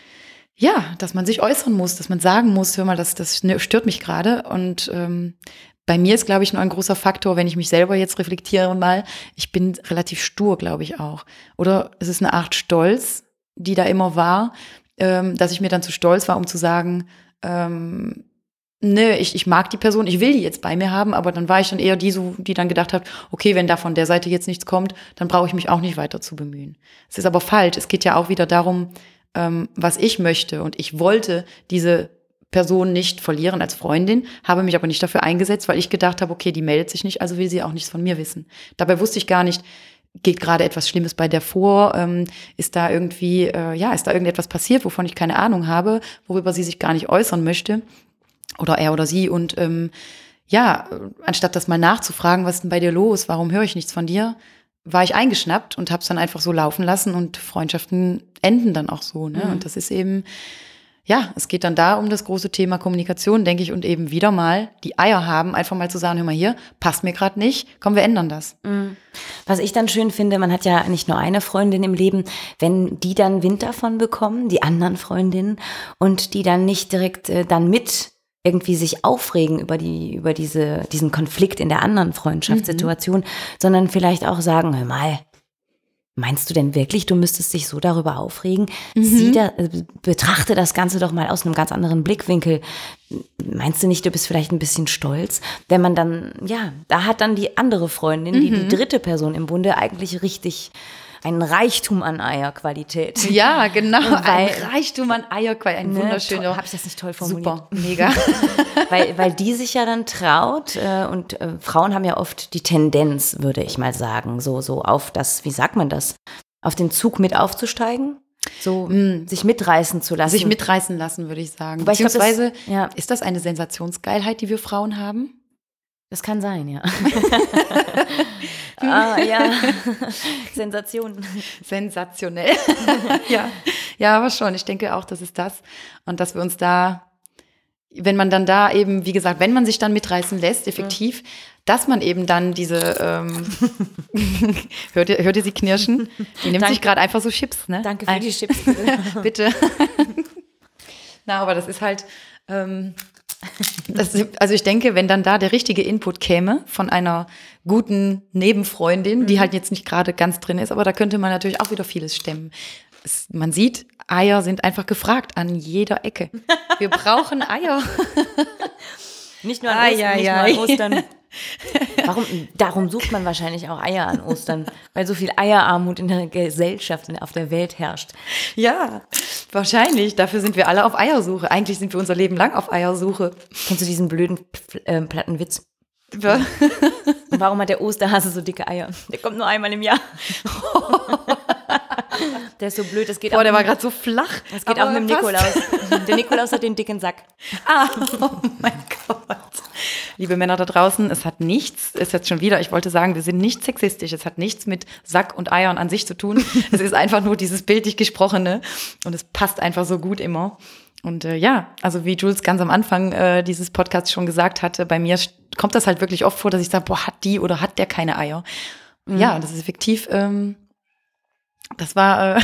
ja, dass man sich äußern muss, dass man sagen muss, hör mal, das, das stört mich gerade. Und ähm, bei mir ist, glaube ich, nur ein großer Faktor, wenn ich mich selber jetzt reflektiere mal, ich bin relativ stur, glaube ich auch. Oder es ist eine Art Stolz, die da immer war, ähm, dass ich mir dann zu stolz war, um zu sagen, ähm, ne, ich, ich mag die Person, ich will die jetzt bei mir haben, aber dann war ich dann eher die, so, die dann gedacht hat, okay, wenn da von der Seite jetzt nichts kommt, dann brauche ich mich auch nicht weiter zu bemühen. Es ist aber falsch. Es geht ja auch wieder darum, ähm, was ich möchte. Und ich wollte diese Person nicht verlieren als Freundin, habe mich aber nicht dafür eingesetzt, weil ich gedacht habe, okay, die meldet sich nicht, also will sie auch nichts von mir wissen. Dabei wusste ich gar nicht, geht gerade etwas Schlimmes bei der vor, ähm, ist da irgendwie, äh, ja, ist da irgendetwas passiert, wovon ich keine Ahnung habe, worüber sie sich gar nicht äußern möchte. Oder er oder sie. Und ähm, ja, anstatt das mal nachzufragen, was ist denn bei dir los, warum höre ich nichts von dir, war ich eingeschnappt und habe es dann einfach so laufen lassen und Freundschaften enden dann auch so. Ne? Mhm. Und das ist eben, ja, es geht dann da um das große Thema Kommunikation, denke ich, und eben wieder mal die Eier haben, einfach mal zu sagen, hör mal hier, passt mir gerade nicht, komm, wir ändern das. was ich dann schön finde, man hat ja nicht nur eine Freundin im Leben, wenn die dann Wind davon bekommen, die anderen Freundinnen, und die dann nicht direkt äh, dann mit irgendwie sich aufregen über die über diese diesen Konflikt in der anderen Freundschaftssituation, sondern vielleicht auch sagen, hör mal, meinst du denn wirklich, du müsstest dich so darüber aufregen? Mhm. Sieh da, äh, betrachte das Ganze doch mal aus einem ganz anderen Blickwinkel. Meinst du nicht, du bist vielleicht ein bisschen stolz? Wenn man dann, ja, da hat dann die andere Freundin, die Mhm. die dritte Person im Bunde, eigentlich richtig einen Reichtum an Eierqualität. Ja, genau, Weil- ein Reichtum an Eierqualität, ein Ne, wunderschöner, toll, hab ich das nicht toll formuliert? super, mega. weil, weil die sich ja dann traut äh, und äh, Frauen haben ja oft die Tendenz, würde ich mal sagen, so, so auf das, wie sagt man das, auf den Zug mit aufzusteigen, so Mm. sich mitreißen zu lassen. Sich mitreißen lassen, würde ich sagen. Wobei ich glaub, das- Beziehungsweise, ja. ist das eine Sensationsgeilheit, die wir Frauen haben? Das kann sein, ja. ah, ja. Sensation. Sensationell. ja. ja, aber schon. Ich denke auch, das ist das. Und dass wir uns da, wenn man dann da eben, wie gesagt, wenn man sich dann mitreißen lässt, effektiv, dass man eben dann diese, ähm, hört, ihr, hört ihr sie knirschen? Die nimmt Danke. sich gerade einfach so Chips, ne? Danke für Ein- die Chips. Bitte. Na, aber das ist halt, ähm, das, also ich denke, wenn dann da der richtige Input käme von einer guten Nebenfreundin, die halt jetzt nicht gerade ganz drin ist, aber da könnte man natürlich auch wieder vieles stemmen. Es, man sieht, Eier sind einfach gefragt an jeder Ecke. Wir brauchen Eier. Nicht nur an Ai, Ostern, ai, nicht nur ai. an Ostern. Warum, darum sucht man wahrscheinlich auch Eier an Ostern, weil so viel Eierarmut in der Gesellschaft, in- auf der Welt herrscht. Ja, wahrscheinlich. Dafür sind wir alle auf Eiersuche. Eigentlich sind wir unser Leben lang auf Eiersuche. Kennst du diesen blöden P- äh, Plattenwitz? Ja. Und warum hat der Osterhase so dicke Eier? Der kommt nur einmal im Jahr. Der ist so blöd, das geht Boah, auch, der war mit, gerade so flach. das geht Aber auch mit dem passt. Nikolaus. Der Nikolaus hat den dicken Sack. Ah, oh mein Gott. Liebe Männer da draußen, es hat nichts, ist jetzt schon wieder, ich wollte sagen, wir sind nicht sexistisch, es hat nichts mit Sack und Eiern an sich zu tun. Es ist einfach nur dieses bildlich Gesprochene und es passt einfach so gut immer. Und äh, ja, also wie Jules ganz am Anfang äh, dieses Podcasts schon gesagt hatte, bei mir st- kommt das halt wirklich oft vor, dass ich sage, boah, hat die oder hat der keine Eier? Mhm. Ja, das ist effektiv, ähm, das war, äh,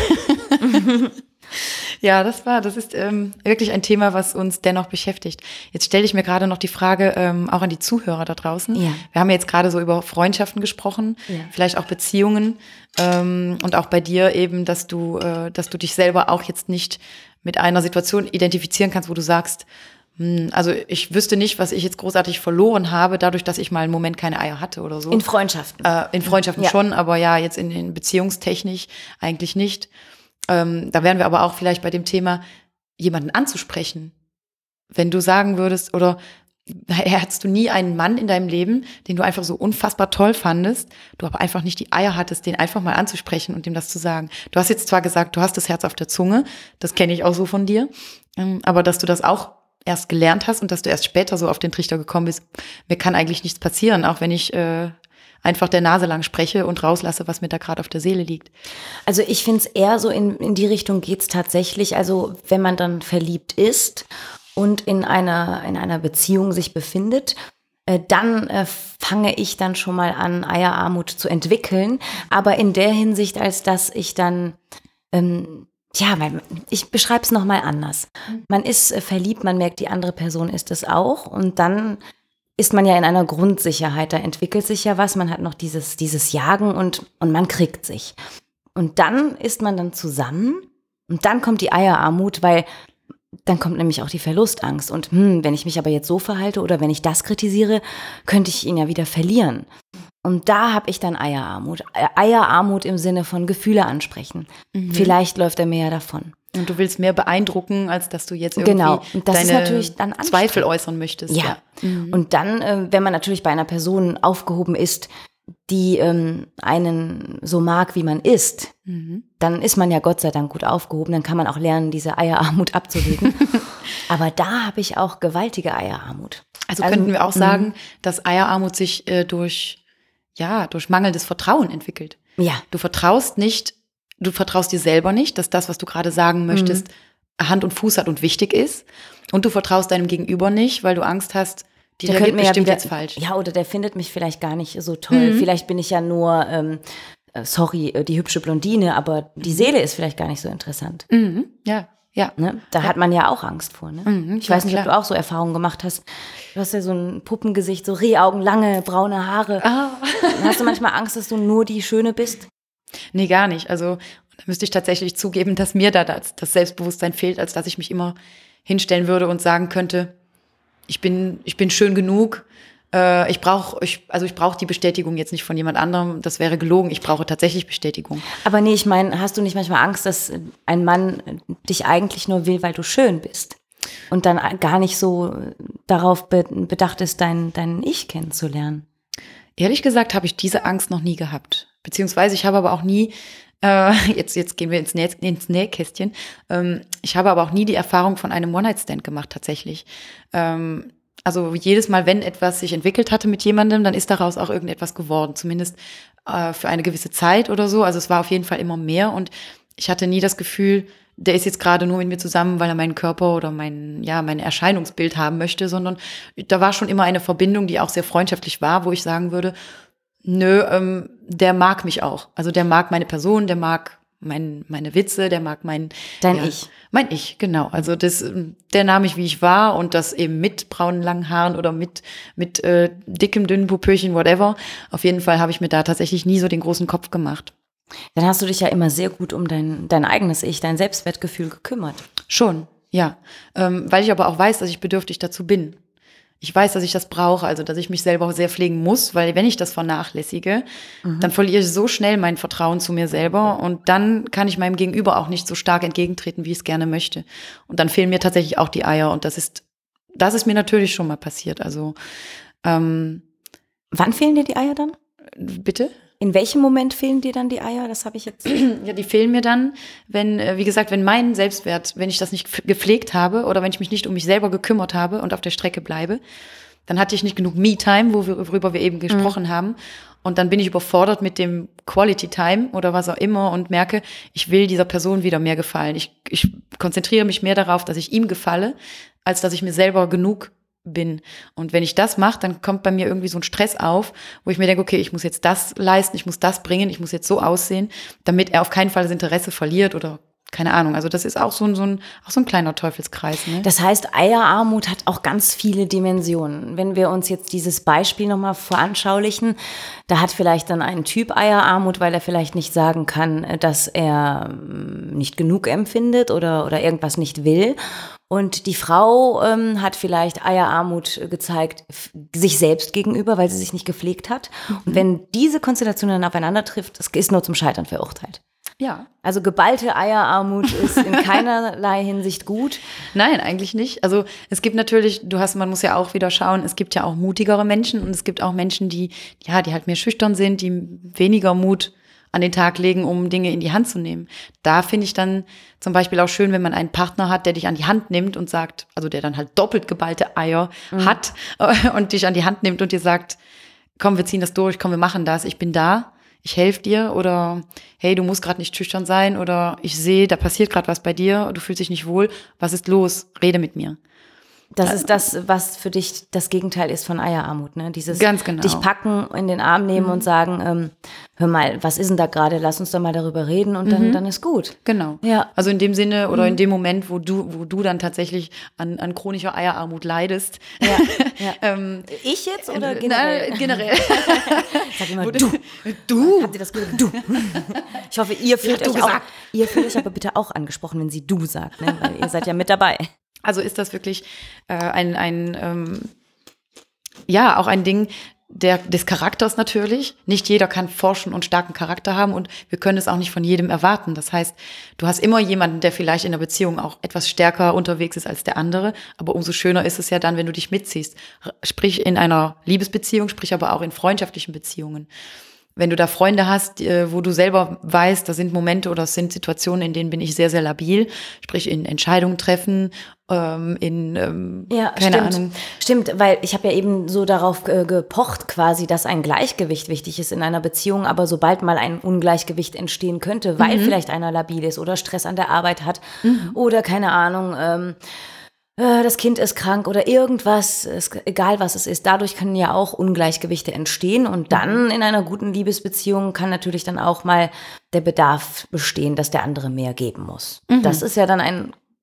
ja, das war, das ist ähm, wirklich ein Thema, was uns dennoch beschäftigt. Jetzt stelle ich mir gerade noch die Frage, ähm, auch an die Zuhörer da draußen. Ja. Wir haben ja jetzt gerade so über Freundschaften gesprochen, Ja. vielleicht auch Beziehungen ähm, und auch bei dir eben, dass du, äh, dass du dich selber auch jetzt nicht mit einer Situation identifizieren kannst, wo du sagst, hm, also ich wüsste nicht, was ich jetzt großartig verloren habe, dadurch, dass ich mal einen Moment keine Eier hatte oder so. In Freundschaften. Äh, in Freundschaften Ja. schon, aber ja, jetzt in, in Beziehungstechnisch eigentlich nicht. Ähm, da wären wir aber auch vielleicht bei dem Thema, jemanden anzusprechen. Wenn du sagen würdest, oder hattest du nie einen Mann in deinem Leben, den du einfach so unfassbar toll fandest, du aber einfach nicht die Eier hattest, den einfach mal anzusprechen und dem das zu sagen. Du hast jetzt zwar gesagt, du hast das Herz auf der Zunge, das kenne ich auch so von dir, ähm, aber dass du das auch erst gelernt hast und dass du erst später so auf den Trichter gekommen bist, mir kann eigentlich nichts passieren, auch wenn ich äh, einfach der Nase lang spreche und rauslasse, was mir da gerade auf der Seele liegt. Also ich finde es eher so, in, in die Richtung geht's tatsächlich. Also wenn man dann verliebt ist und in einer, in einer Beziehung sich befindet, äh, dann äh, fange ich dann schon mal an, Eierarmut zu entwickeln. Aber in der Hinsicht, als dass ich dann, ähm, ja, weil ich beschreibe es nochmal anders. Man ist äh, verliebt, man merkt, die andere Person ist es auch. Und dann ist man ja in einer Grundsicherheit, da entwickelt sich ja was, man hat noch dieses, dieses Jagen und, und man kriegt sich. Und dann ist man dann zusammen und dann kommt die Eierarmut, weil dann kommt nämlich auch die Verlustangst. Und hm, wenn ich mich aber jetzt so verhalte oder wenn ich das kritisiere, könnte ich ihn ja wieder verlieren. Und da habe ich dann Eierarmut. Eierarmut im Sinne von Gefühle ansprechen. Mhm. Vielleicht läuft er mir ja davon. Und du willst mehr beeindrucken, als dass du jetzt irgendwie genau. Und das deine ist natürlich dann Zweifel äußern möchtest. Ja. ja. Mhm. Und dann, äh, wenn man natürlich bei einer Person aufgehoben ist, die ähm, einen so mag, wie man ist, mhm. dann ist man ja Gott sei Dank gut aufgehoben. Dann kann man auch lernen, diese Eierarmut abzulegen. Aber da habe ich auch gewaltige Eierarmut. Also, also könnten wir auch sagen, mh. dass Eierarmut sich äh, durch, ja, durch mangelndes Vertrauen entwickelt. Ja. Du vertraust nicht, du vertraust dir selber nicht, dass das, was du gerade sagen möchtest, mhm. Hand und Fuß hat und wichtig ist. Und du vertraust deinem Gegenüber nicht, weil du Angst hast, die der reagiert bestimmt ja wieder, jetzt falsch. Ja, oder der findet mich vielleicht gar nicht so toll. Mhm. Vielleicht bin ich ja nur, ähm, sorry, die hübsche Blondine, aber die Seele ist vielleicht gar nicht so interessant. Mhm. Ja, ja. Ne? Da ja. hat man ja auch Angst vor. Ne? Mhm, ich weiß nicht, klar. ob du auch so Erfahrungen gemacht hast. Du hast ja so ein Puppengesicht, so Rehaugen, lange, braune Haare. Ah. Hast du manchmal Angst, dass du nur die Schöne bist? Nee, gar nicht. Also da müsste ich tatsächlich zugeben, dass mir da das, das Selbstbewusstsein fehlt, als dass ich mich immer hinstellen würde und sagen könnte, ich bin, ich bin schön genug. Äh, ich brauche, ich, also ich brauche die Bestätigung jetzt nicht von jemand anderem. Das wäre gelogen. Ich brauche tatsächlich Bestätigung. Aber nee, ich meine, hast du nicht manchmal Angst, dass ein Mann dich eigentlich nur will, weil du schön bist? Und dann gar nicht so darauf bedacht ist, dein, dein Ich kennenzulernen? Ehrlich gesagt habe ich diese Angst noch nie gehabt. Beziehungsweise ich habe aber auch nie, äh, jetzt, jetzt gehen wir ins, Nä ins Nähkästchen, ähm, ich habe aber auch nie die Erfahrung von einem One-Night-Stand gemacht tatsächlich. Ähm, also jedes Mal, wenn etwas sich entwickelt hatte mit jemandem, dann ist daraus auch irgendetwas geworden. Zumindest äh, für eine gewisse Zeit oder so. Also es war auf jeden Fall immer mehr und ich hatte nie das Gefühl, der ist jetzt gerade nur mit mir zusammen, weil er meinen Körper oder mein, ja, mein Erscheinungsbild haben möchte, sondern da war schon immer eine Verbindung, die auch sehr freundschaftlich war, wo ich sagen würde, nö, ähm, der mag mich auch. Also der mag meine Person, der mag mein, meine Witze, der mag mein Dein ja, Ich. Mein Ich, genau. Also das, der nahm mich, wie ich war und das eben mit braunen langen Haaren oder mit mit äh, dickem, dünnen Popöchen, whatever. Auf jeden Fall habe ich mir da tatsächlich nie so den großen Kopf gemacht. Dann hast du dich ja immer sehr gut um dein, dein eigenes Ich, dein Selbstwertgefühl gekümmert. Schon, ja. Ähm, weil ich aber auch weiß, dass ich bedürftig dazu bin. Ich weiß, dass ich das brauche, also dass ich mich selber sehr pflegen muss, weil wenn ich das vernachlässige, mhm. dann verliere ich so schnell mein Vertrauen zu mir selber und dann kann ich meinem Gegenüber auch nicht so stark entgegentreten, wie ich es gerne möchte. Und dann fehlen mir tatsächlich auch die Eier und das ist, das ist mir natürlich schon mal passiert. Also ähm, wann fehlen dir die Eier dann? Bitte? In welchem Moment fehlen dir dann die Eier? Das habe ich jetzt. Ja, die fehlen mir dann, wenn, wie gesagt, wenn mein Selbstwert, wenn ich das nicht gepflegt habe oder wenn ich mich nicht um mich selber gekümmert habe und auf der Strecke bleibe, dann hatte ich nicht genug Me-Time, worüber wir eben gesprochen mhm. haben. Und dann bin ich überfordert mit dem Quality-Time oder was auch immer und merke, ich will dieser Person wieder mehr gefallen. Ich, ich konzentriere mich mehr darauf, dass ich ihm gefalle, als dass ich mir selber genug bin. Und wenn ich das mache, dann kommt bei mir irgendwie so ein Stress auf, wo ich mir denke, okay, ich muss jetzt das leisten, ich muss das bringen, ich muss jetzt so aussehen, damit er auf keinen Fall das Interesse verliert oder keine Ahnung. Also das ist auch so ein, so ein, auch so ein kleiner Teufelskreis. Ne? Das heißt, Eierarmut hat auch ganz viele Dimensionen. Wenn wir uns jetzt dieses Beispiel nochmal veranschaulichen, da hat vielleicht dann ein Typ Eierarmut, weil er vielleicht nicht sagen kann, dass er nicht genug empfindet oder, oder irgendwas nicht will. Und die Frau ähm, hat vielleicht Eierarmut gezeigt, f- sich selbst gegenüber, weil sie sich nicht gepflegt hat. Mhm. Und wenn diese Konstellation dann aufeinander trifft, das ist nur zum Scheitern verurteilt. Ja. Also geballte Eierarmut ist in keinerlei Hinsicht gut. Nein, eigentlich nicht. Also es gibt natürlich, du hast, man muss ja auch wieder schauen, es gibt ja auch mutigere Menschen und es gibt auch Menschen, die, ja, die halt mehr schüchtern sind, die weniger Mut an den Tag legen, um Dinge in die Hand zu nehmen. Da finde ich dann zum Beispiel auch schön, wenn man einen Partner hat, der dich an die Hand nimmt und sagt, also der dann halt doppelt geballte Eier mhm. hat und dich an die Hand nimmt und dir sagt, komm, wir ziehen das durch, komm, wir machen das, ich bin da, ich helfe dir oder hey, du musst gerade nicht schüchtern sein oder ich sehe, da passiert gerade was bei dir, du fühlst dich nicht wohl, was ist los? Rede mit mir. Das ist das, was für dich das Gegenteil ist von Eierarmut, ne? Dieses Ganz genau. Dich packen, in den Arm nehmen mhm. und sagen, ähm, hör mal, was ist denn da gerade? Lass uns doch mal darüber reden und dann, mhm. dann ist gut. Genau. Ja. Also in dem Sinne oder mhm. in dem Moment, wo du, wo du dann tatsächlich an, an chronischer Eierarmut leidest. Ja. Ja. ähm, ich jetzt oder generell? Na, generell. Sag immer du. Du. Habt ihr das gehört? Du. Ich hoffe, ihr fühlt euch auch, ihr fühlt euch aber bitte auch angesprochen, wenn sie du sagt, ne? Weil ihr seid ja mit dabei. Also ist das wirklich äh, ein, ein ähm, ja, auch ein Ding der, des Charakters natürlich. Nicht jeder kann forschen und starken Charakter haben und wir können es auch nicht von jedem erwarten. Das heißt, du hast immer jemanden, der vielleicht in der Beziehung auch etwas stärker unterwegs ist als der andere, aber umso schöner ist es ja dann, wenn du dich mitziehst. Sprich in einer Liebesbeziehung, sprich aber auch in freundschaftlichen Beziehungen. Wenn du da Freunde hast, wo du selber weißt, das sind Momente oder das sind Situationen, in denen bin ich sehr, sehr labil, sprich in Entscheidungen treffen, ähm, in, ähm, ja, keine stimmt. Ahnung. Stimmt, weil ich habe ja eben so darauf äh, gepocht quasi, dass ein Gleichgewicht wichtig ist in einer Beziehung, aber sobald mal ein Ungleichgewicht entstehen könnte, weil mhm. vielleicht einer labil ist oder Stress an der Arbeit hat mhm. oder keine Ahnung, ähm, das Kind ist krank oder irgendwas, ist, egal was es ist, dadurch können ja auch Ungleichgewichte entstehen und dann in einer guten Liebesbeziehung kann natürlich dann auch mal der Bedarf bestehen, dass der andere mehr geben muss. Mhm. Das ist ja dann ein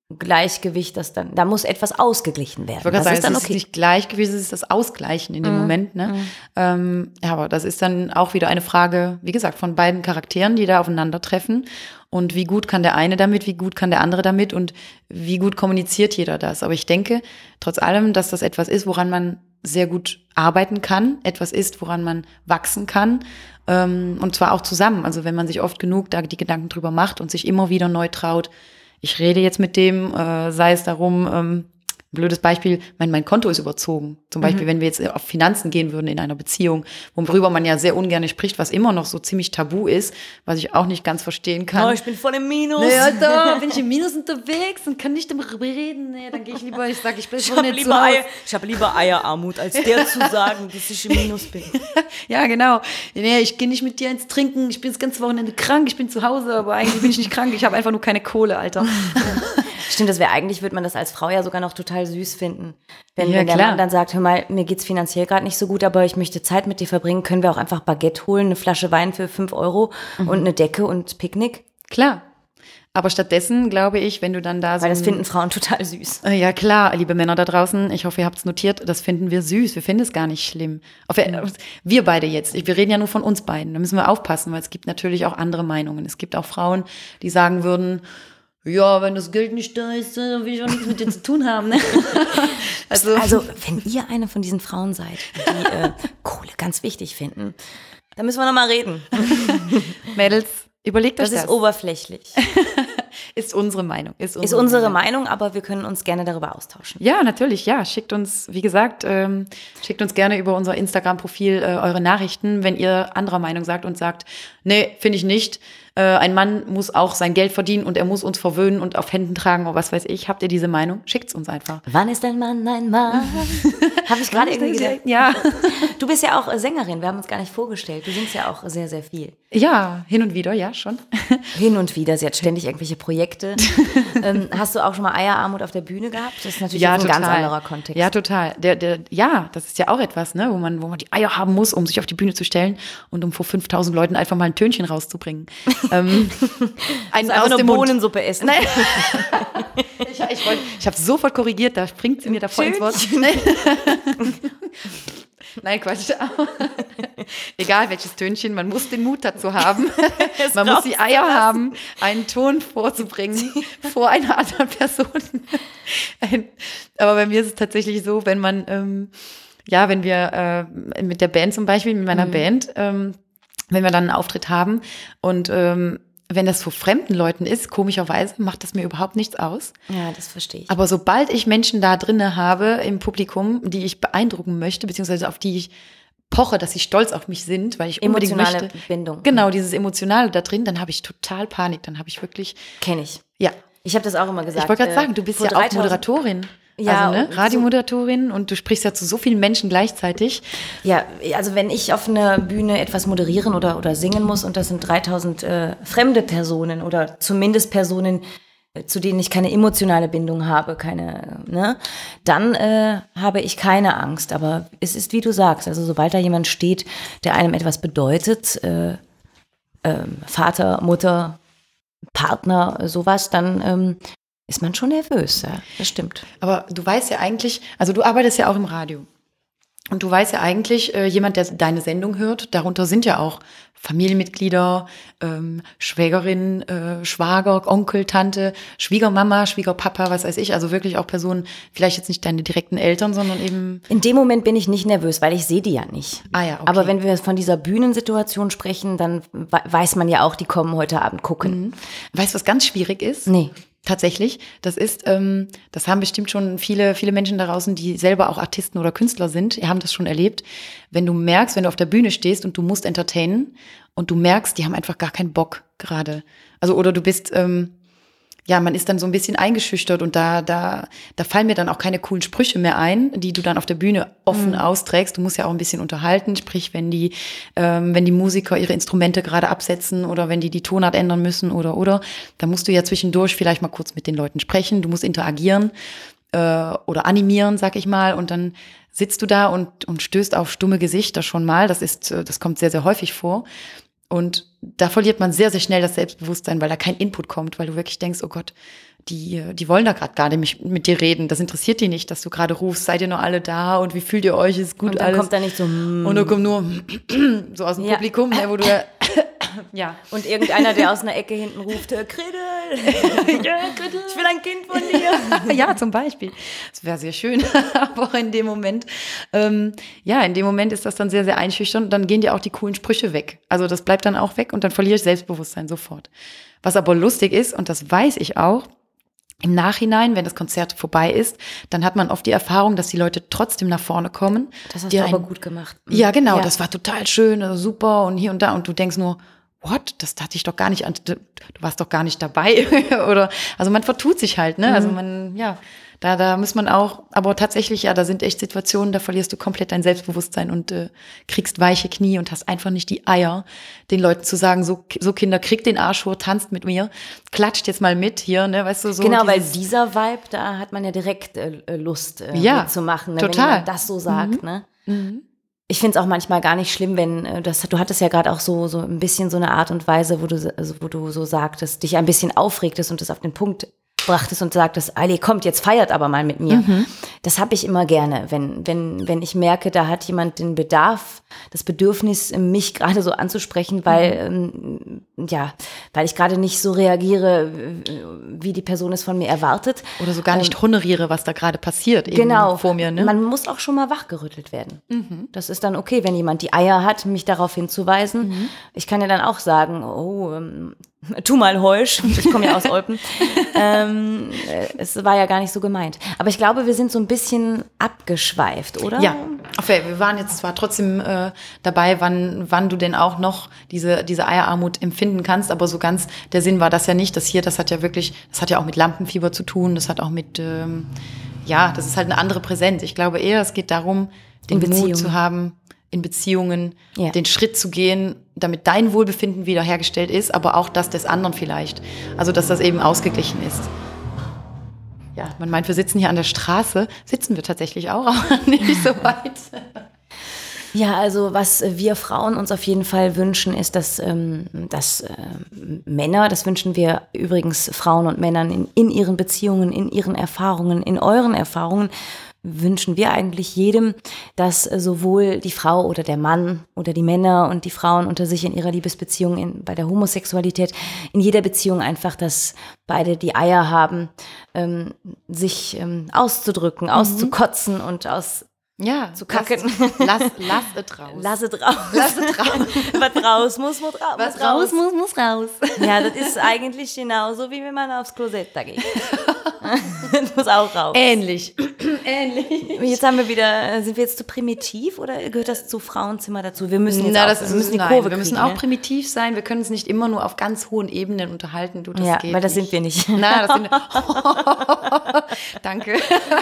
Gleichgewicht, das dann, da muss etwas ausgeglichen werden. Ich wollte das gerade ist sagen, dann es okay. ist nicht Gleichgewicht, es ist das Ausgleichen in dem Mhm. Moment. Ne? Mhm. Ähm, ja, aber das ist dann auch wieder eine Frage, wie gesagt, von beiden Charakteren, die da aufeinandertreffen. Und wie gut kann der eine damit, wie gut kann der andere damit und wie gut kommuniziert jeder das. Aber ich denke, trotz allem, dass das etwas ist, woran man sehr gut arbeiten kann, etwas ist, woran man wachsen kann. Ähm, und zwar auch zusammen. Also wenn man sich oft genug da die Gedanken drüber macht und sich immer wieder neu traut, ich rede jetzt mit dem, äh, sei es darum, ähm, blödes Beispiel, mein, mein Konto ist überzogen. Zum Beispiel, Mhm. wenn wir jetzt auf Finanzen gehen würden in einer Beziehung, worüber man ja sehr ungern spricht, was immer noch so ziemlich tabu ist, was ich auch nicht ganz verstehen kann. Oh, ich bin voll im Minus. Naja, da bin ich im Minus unterwegs und kann nicht darüber reden. Nee, dann gehe ich lieber, ich sage, ich bin Ich schon habe nicht zu lieber, Hause. Eier, ich hab lieber Eierarmut, als der zu sagen, dass ich im Minus bin. Ja, genau. Nee, ich gehe nicht mit dir ins Trinken, ich bin das ganze Wochenende krank, ich bin zu Hause, aber eigentlich bin ich nicht krank, ich habe einfach nur keine Kohle, Alter. Stimmt, das wäre eigentlich, würde man das als Frau ja sogar noch total süß finden. Wenn, Ja, wenn der klar. Mann dann sagt, hör mal, mir geht's finanziell gerade nicht so gut, aber ich möchte Zeit mit dir verbringen, können wir auch einfach Baguette holen, eine Flasche Wein für fünf Euro Mhm. und eine Decke und Picknick? Klar. Aber stattdessen glaube ich, wenn du dann da so. Weil das ein- finden Frauen total süß. Äh, Ja klar, liebe Männer da draußen, ich hoffe, ihr habt es notiert, das finden wir süß, wir finden es gar nicht schlimm. Auf, wir beide jetzt, wir reden ja nur von uns beiden, da müssen wir aufpassen, weil es gibt natürlich auch andere Meinungen. Es gibt auch Frauen, die sagen würden, ja, wenn das Geld nicht da ist, dann will ich auch nichts mit dir zu tun haben. Ne? Also, Also, wenn ihr eine von diesen Frauen seid, die äh, Kohle ganz wichtig finden, dann müssen wir nochmal reden. Mädels, überlegt euch Das das. ist oberflächlich. Ist unsere Meinung. Ist unsere, Ist unsere Meinung, aber wir können uns gerne darüber austauschen. Ja, natürlich, ja. Schickt uns, wie gesagt, ähm, schickt uns gerne über unser Instagram-Profil äh, eure Nachrichten, wenn ihr anderer Meinung seid und sagt, nee, finde ich nicht. Äh, ein Mann muss auch sein Geld verdienen und er muss uns verwöhnen und auf Händen tragen oder was weiß ich. Habt ihr diese Meinung? Schickt's uns einfach. Wann ist ein Mann ein Mann? Habe ich gerade irgendwie gedacht. Ja. Du bist ja auch äh, Sängerin, wir haben uns gar nicht vorgestellt. Du singst ja auch sehr, sehr viel. Ja, hin und wieder, ja, schon. Hin und wieder, sie hat ständig irgendwelche Projekte. ähm, hast du auch schon mal Eierarmut auf der Bühne gehabt? Das ist natürlich Ja, ein total. ganz anderer Kontext. Ja, total. Der, der, ja, das ist ja auch etwas, ne, wo man, wo man die Eier haben muss, um sich auf die Bühne zu stellen und um vor fünftausend Leuten einfach mal ein Tönchen rauszubringen. ähm, ein, einfach aus nur dem Mund. Bohnensuppe essen. Nein. ich ich, wollt- ich habe sofort korrigiert, da springt sie mir davor ins Wort. Nein, Quatsch. Egal welches Tönchen, man muss den Mut dazu haben. Man muss die Eier haben, einen Ton vorzubringen vor einer anderen Person. Ein, aber bei mir ist es tatsächlich so, wenn man, ähm, ja, wenn wir äh, mit der Band zum Beispiel, mit meiner Mhm. Band, ähm, wenn wir dann einen Auftritt haben und ähm, wenn das vor fremden Leuten ist, komischerweise macht das mir überhaupt nichts aus. Ja, das verstehe ich. Aber sobald ich Menschen da drinne habe im Publikum, die ich beeindrucken möchte, beziehungsweise auf die ich poche, dass sie stolz auf mich sind, weil ich unbedingt Emotionale möchte. Bindung. Genau, dieses Emotionale da drin, dann habe ich total Panik. Dann habe ich wirklich, Kenne ich. ja. Ich habe das auch immer gesagt. Ich wollte gerade äh, sagen, du bist vor ja auch dreitausend Moderatorin. Ja, also, ne? und so- Radiomoderatorin und du sprichst ja zu so vielen Menschen gleichzeitig. Ja, also wenn ich auf einer Bühne etwas moderieren oder, oder singen muss und das sind dreitausend äh, fremde Personen oder zumindest Personen, äh, zu denen ich keine emotionale Bindung habe, keine, ne, dann äh, habe ich keine Angst. Aber es ist, wie du sagst, also sobald da jemand steht, der einem etwas bedeutet, äh, ähm, Vater, Mutter, Partner, sowas, dann ähm, ist man schon nervös, ja, das stimmt. Aber du weißt ja eigentlich, also du arbeitest ja auch im Radio. Und du weißt ja eigentlich, äh, jemand, der deine Sendung hört, darunter sind ja auch Familienmitglieder, ähm, Schwägerin, äh, Schwager, Onkel, Tante, Schwiegermama, Schwiegerpapa, was weiß ich. Also wirklich auch Personen, vielleicht jetzt nicht deine direkten Eltern, sondern eben. In dem Moment bin ich nicht nervös, weil ich sehe die ja nicht. Ah ja, okay. Aber wenn wir von dieser Bühnensituation sprechen, dann we- weiß man ja auch, die kommen heute Abend gucken. Weißt du, was ganz schwierig ist? Nee. Tatsächlich, das ist, ähm, das haben bestimmt schon viele, viele Menschen da draußen, die selber auch Artisten oder Künstler sind, die haben das schon erlebt. Wenn du merkst, wenn du auf der Bühne stehst und du musst entertainen und du merkst, die haben einfach gar keinen Bock gerade. Also, oder du bist, ähm, ja, man ist dann so ein bisschen eingeschüchtert und da, da, da fallen mir dann auch keine coolen Sprüche mehr ein, die du dann auf der Bühne offen Mhm. austrägst. Du musst ja auch ein bisschen unterhalten, sprich, wenn die, ähm, wenn die Musiker ihre Instrumente gerade absetzen oder wenn die die Tonart ändern müssen oder, oder, dann musst du ja zwischendurch vielleicht mal kurz mit den Leuten sprechen, du musst interagieren äh, oder animieren, sag ich mal, und dann sitzt du da und, und stößt auf stumme Gesichter schon mal. Das ist, äh, das kommt sehr, sehr häufig vor. Und da verliert man sehr, sehr schnell das Selbstbewusstsein, weil da kein Input kommt, weil du wirklich denkst, oh Gott, die, die wollen da gerade gar nicht mit dir reden. Das interessiert die nicht, dass du gerade rufst, seid ihr noch alle da und wie fühlt ihr euch, ist gut und dann alles. kommt da nicht so mm. Und dann kommt nur so aus dem Ja. Publikum, ne, wo du ja. Und irgendeiner, der aus einer Ecke hinten ruft, äh, Kriddel, ja, Kriddel, ich will ein Kind von dir. ja, zum Beispiel. Das wäre sehr schön, aber in dem Moment, ähm, ja, in dem Moment ist das dann sehr, sehr einschüchternd und dann gehen dir auch die coolen Sprüche weg. Also das bleibt dann auch weg und dann verliere ich Selbstbewusstsein sofort. Was aber lustig ist, und das weiß ich auch, im Nachhinein, wenn das Konzert vorbei ist, dann hat man oft die Erfahrung, dass die Leute trotzdem nach vorne kommen. Das hast die du aber einen, gut gemacht. Ja, genau, Ja. das war total schön, also super und hier und da. Und du denkst nur, what, das hatte ich doch gar nicht, an, du warst doch gar nicht dabei. Oder, also man vertut sich halt, ne? Mhm. Also man, ja, da, da muss man auch, aber tatsächlich, ja, da sind echt Situationen, da verlierst du komplett dein Selbstbewusstsein und äh, kriegst weiche Knie und hast einfach nicht die Eier, den Leuten zu sagen, so, so Kinder, kriegt den Arsch hoch, tanzt mit mir, klatscht jetzt mal mit hier, ne, weißt du, so. Genau, dieses, weil dieser Vibe, da hat man ja direkt äh, Lust äh, ja, mitzumachen, ne, total. wenn man das so sagt, Mhm. ne? Mhm. Ich finde es auch manchmal gar nicht schlimm, wenn äh, das, du hattest ja gerade auch so so ein bisschen so eine Art und Weise, wo du also, wo du so sagtest, dich ein bisschen aufregtest und das auf den Punkt brachtest und sagtest, Ali, kommt, jetzt feiert aber mal mit mir. Mhm. Das habe ich immer gerne, wenn, wenn, wenn ich merke, da hat jemand den Bedarf, das Bedürfnis, mich gerade so anzusprechen, weil, mhm. ähm, ja, weil ich gerade nicht so reagiere, wie die Person es von mir erwartet. Oder so gar nicht ähm, honoriere, was da gerade passiert, eben genau, vor mir, ne? Man muss auch schon mal wachgerüttelt werden. Mhm. Das ist dann okay, wenn jemand die Eier hat, mich darauf hinzuweisen. Mhm. Ich kann ja dann auch sagen, oh, ähm, tu mal Heusch, ich komme ja aus Olpen. ähm, es war ja gar nicht so gemeint. Aber ich glaube, wir sind so ein bisschen abgeschweift, oder? Ja, okay, wir waren jetzt zwar trotzdem äh, dabei, wann, wann du denn auch noch diese, diese Eierarmut empfinden kannst, aber so ganz der Sinn war das ja nicht. Das hier, das hat ja wirklich, das hat ja auch mit Lampenfieber zu tun, das hat auch mit, ähm, ja, das ist halt eine andere Präsenz. Ich glaube eher, es geht darum, den Mut zu haben, in Beziehungen ja. den Schritt zu gehen, damit dein Wohlbefinden wiederhergestellt ist, aber auch das des anderen vielleicht. Also, dass das eben ausgeglichen ist. Ja, man meint, wir sitzen hier an der Straße. Sitzen wir tatsächlich auch, aber nicht so weit. Ja, also was wir Frauen uns auf jeden Fall wünschen, ist, dass, ähm, dass äh, Männer, das wünschen wir übrigens Frauen und Männern in, in ihren Beziehungen, in ihren Erfahrungen, in euren Erfahrungen, wünschen wir eigentlich jedem, dass sowohl die Frau oder der Mann oder die Männer und die Frauen unter sich in ihrer Liebesbeziehung, in, bei der Homosexualität, in jeder Beziehung einfach, dass beide die Eier haben, ähm, sich ähm, auszudrücken, mhm. auszukotzen und aus Ja, zu kacken. Lass, lass, lass es raus. Lass es raus. Lass es raus. Was raus muss, muss raus. Was raus muss, muss raus. Ja, das ist eigentlich genauso, wie wenn man aufs Klosett da geht. Das muss auch raus. Ähnlich. Ähnlich. Jetzt haben wir wieder, sind wir jetzt zu primitiv oder gehört das zu Frauenzimmer dazu? Wir müssen jetzt Na, auch, das ist, wir müssen die nein, Kurve wir müssen kriegen, auch ne? primitiv sein. Wir können uns nicht immer nur auf ganz hohen Ebenen unterhalten. Du, das ja, geht weil das nicht. sind wir nicht. Na, das sind wir. Danke.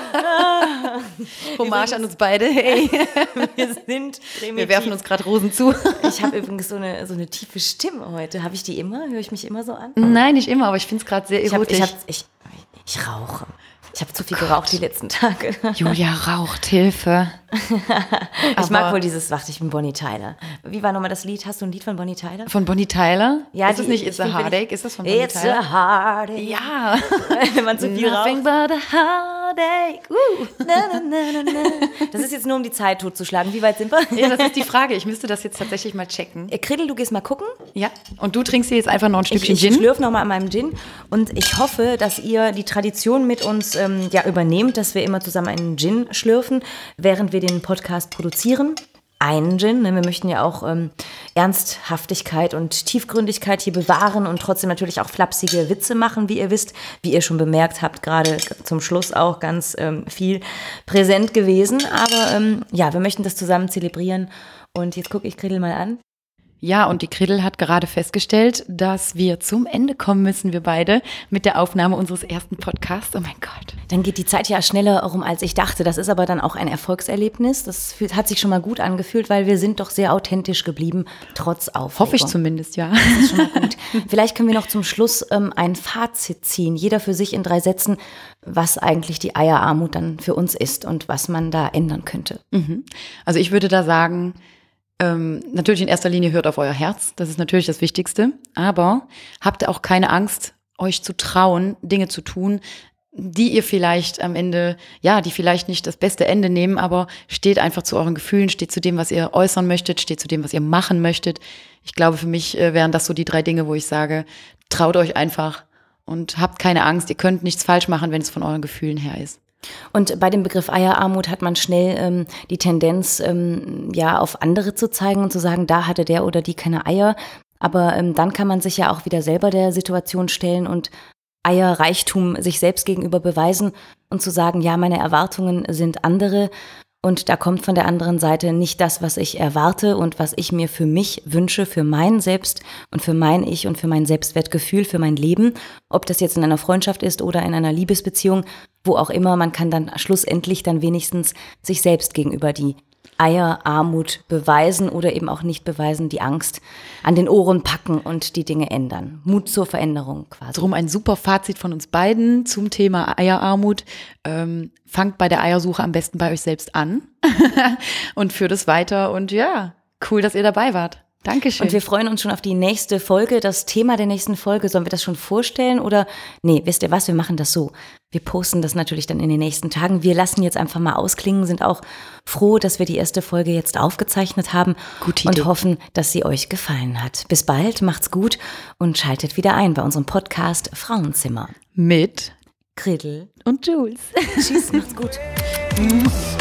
Hommage an uns beide. Hey. Wir sind primitiv. Wir werfen uns gerade Rosen zu. Ich habe übrigens so eine, so eine tiefe Stimme heute. Habe ich die immer? Höre ich mich immer so an? Nein, nicht immer, aber ich finde es gerade sehr erotisch. Ich, hab, ich, hab, ich, ich rauche. Ich habe zu viel oh geraucht die letzten Tage. Julia raucht, Hilfe. Ich mag wohl dieses, warte, ich bin Bonnie Tyler. Wie war nochmal das Lied? Hast du ein Lied von Bonnie Tyler? Von Bonnie Tyler? Ja, ist es nicht It's a Heartache? Ist das von Bonnie It's Tyler? It's a Heartache. Ja. Wenn man zu viel Nothing raucht. but a heartache. Uh. Na, na, na, na, na. Das ist jetzt nur, um die Zeit totzuschlagen. Wie weit sind wir? Ja, das ist die Frage. Ich müsste das jetzt tatsächlich mal checken. Kriddel, du gehst mal gucken. Ja. Und du trinkst dir jetzt einfach noch ein Stückchen ich, Gin? Ich schlürfe noch mal an meinem Gin. Und ich hoffe, dass ihr die Tradition mit uns ähm, ja, übernehmt, dass wir immer zusammen einen Gin schlürfen, während wir den Podcast produzieren. Einen Gin. Ne? Wir möchten ja auch ähm, Ernsthaftigkeit und Tiefgründigkeit hier bewahren und trotzdem natürlich auch flapsige Witze machen, wie ihr wisst. Wie ihr schon bemerkt habt, gerade zum Schluss auch ganz ähm, viel präsent gewesen. Aber ähm, ja, wir möchten das zusammen zelebrieren. Und jetzt gucke ich Kriddel mal an. Ja, und die Kriddel hat gerade festgestellt, dass wir zum Ende kommen müssen, wir beide, mit der Aufnahme unseres ersten Podcasts. Oh mein Gott. Dann geht die Zeit ja schneller rum, als ich dachte. Das ist aber dann auch ein Erfolgserlebnis. Das fühlt, hat sich schon mal gut angefühlt, weil wir sind doch sehr authentisch geblieben, trotz Aufregung. Hoffe ich zumindest, ja. Das ist schon mal gut. Vielleicht können wir noch zum Schluss ähm, ein Fazit ziehen, jeder für sich in drei Sätzen, was eigentlich die Eierarmut dann für uns ist und was man da ändern könnte. Mhm. Also ich würde da sagen, Ähm, natürlich in erster Linie hört auf euer Herz, das ist natürlich das Wichtigste, aber habt auch keine Angst, euch zu trauen, Dinge zu tun, die ihr vielleicht am Ende, ja, die vielleicht nicht das beste Ende nehmen, aber steht einfach zu euren Gefühlen, steht zu dem, was ihr äußern möchtet, steht zu dem, was ihr machen möchtet. Ich glaube, für mich äh, wären das so die drei Dinge, wo ich sage, traut euch einfach und habt keine Angst. Ihr könnt nichts falsch machen, wenn es von euren Gefühlen her ist. Und bei dem Begriff Eierarmut hat man schnell ähm, die Tendenz, ähm, ja, auf andere zu zeigen und zu sagen, da hatte der oder die keine Eier. Aber ähm, dann kann man sich ja auch wieder selber der Situation stellen und Eierreichtum sich selbst gegenüber beweisen und zu sagen, ja, meine Erwartungen sind andere und da kommt von der anderen Seite nicht das, was ich erwarte und was ich mir für mich wünsche, für mein Selbst und für mein Ich und für mein Selbstwertgefühl, für mein Leben, ob das jetzt in einer Freundschaft ist oder in einer Liebesbeziehung, wo auch immer, man kann dann schlussendlich dann wenigstens sich selbst gegenüber die Eierarmut beweisen oder eben auch nicht beweisen, die Angst an den Ohren packen und die Dinge ändern. Mut zur Veränderung quasi. Drum ein super Fazit von uns beiden zum Thema Eierarmut. Ähm, fangt bei der Eiersuche am besten bei euch selbst an und führt es weiter. Und ja, cool, dass ihr dabei wart. Dankeschön. Und wir freuen uns schon auf die nächste Folge. Das Thema der nächsten Folge, sollen wir das schon vorstellen? Oder, nee, wisst ihr was, wir machen das so. Wir posten das natürlich dann in den nächsten Tagen. Wir lassen jetzt einfach mal ausklingen, sind auch froh, dass wir die erste Folge jetzt aufgezeichnet haben. Gute Idee. Und hoffen, dass sie euch gefallen hat. Bis bald, macht's gut und schaltet wieder ein bei unserem Podcast Frauenzimmer. Mit Kriddel und Jules. Tschüss, macht's gut.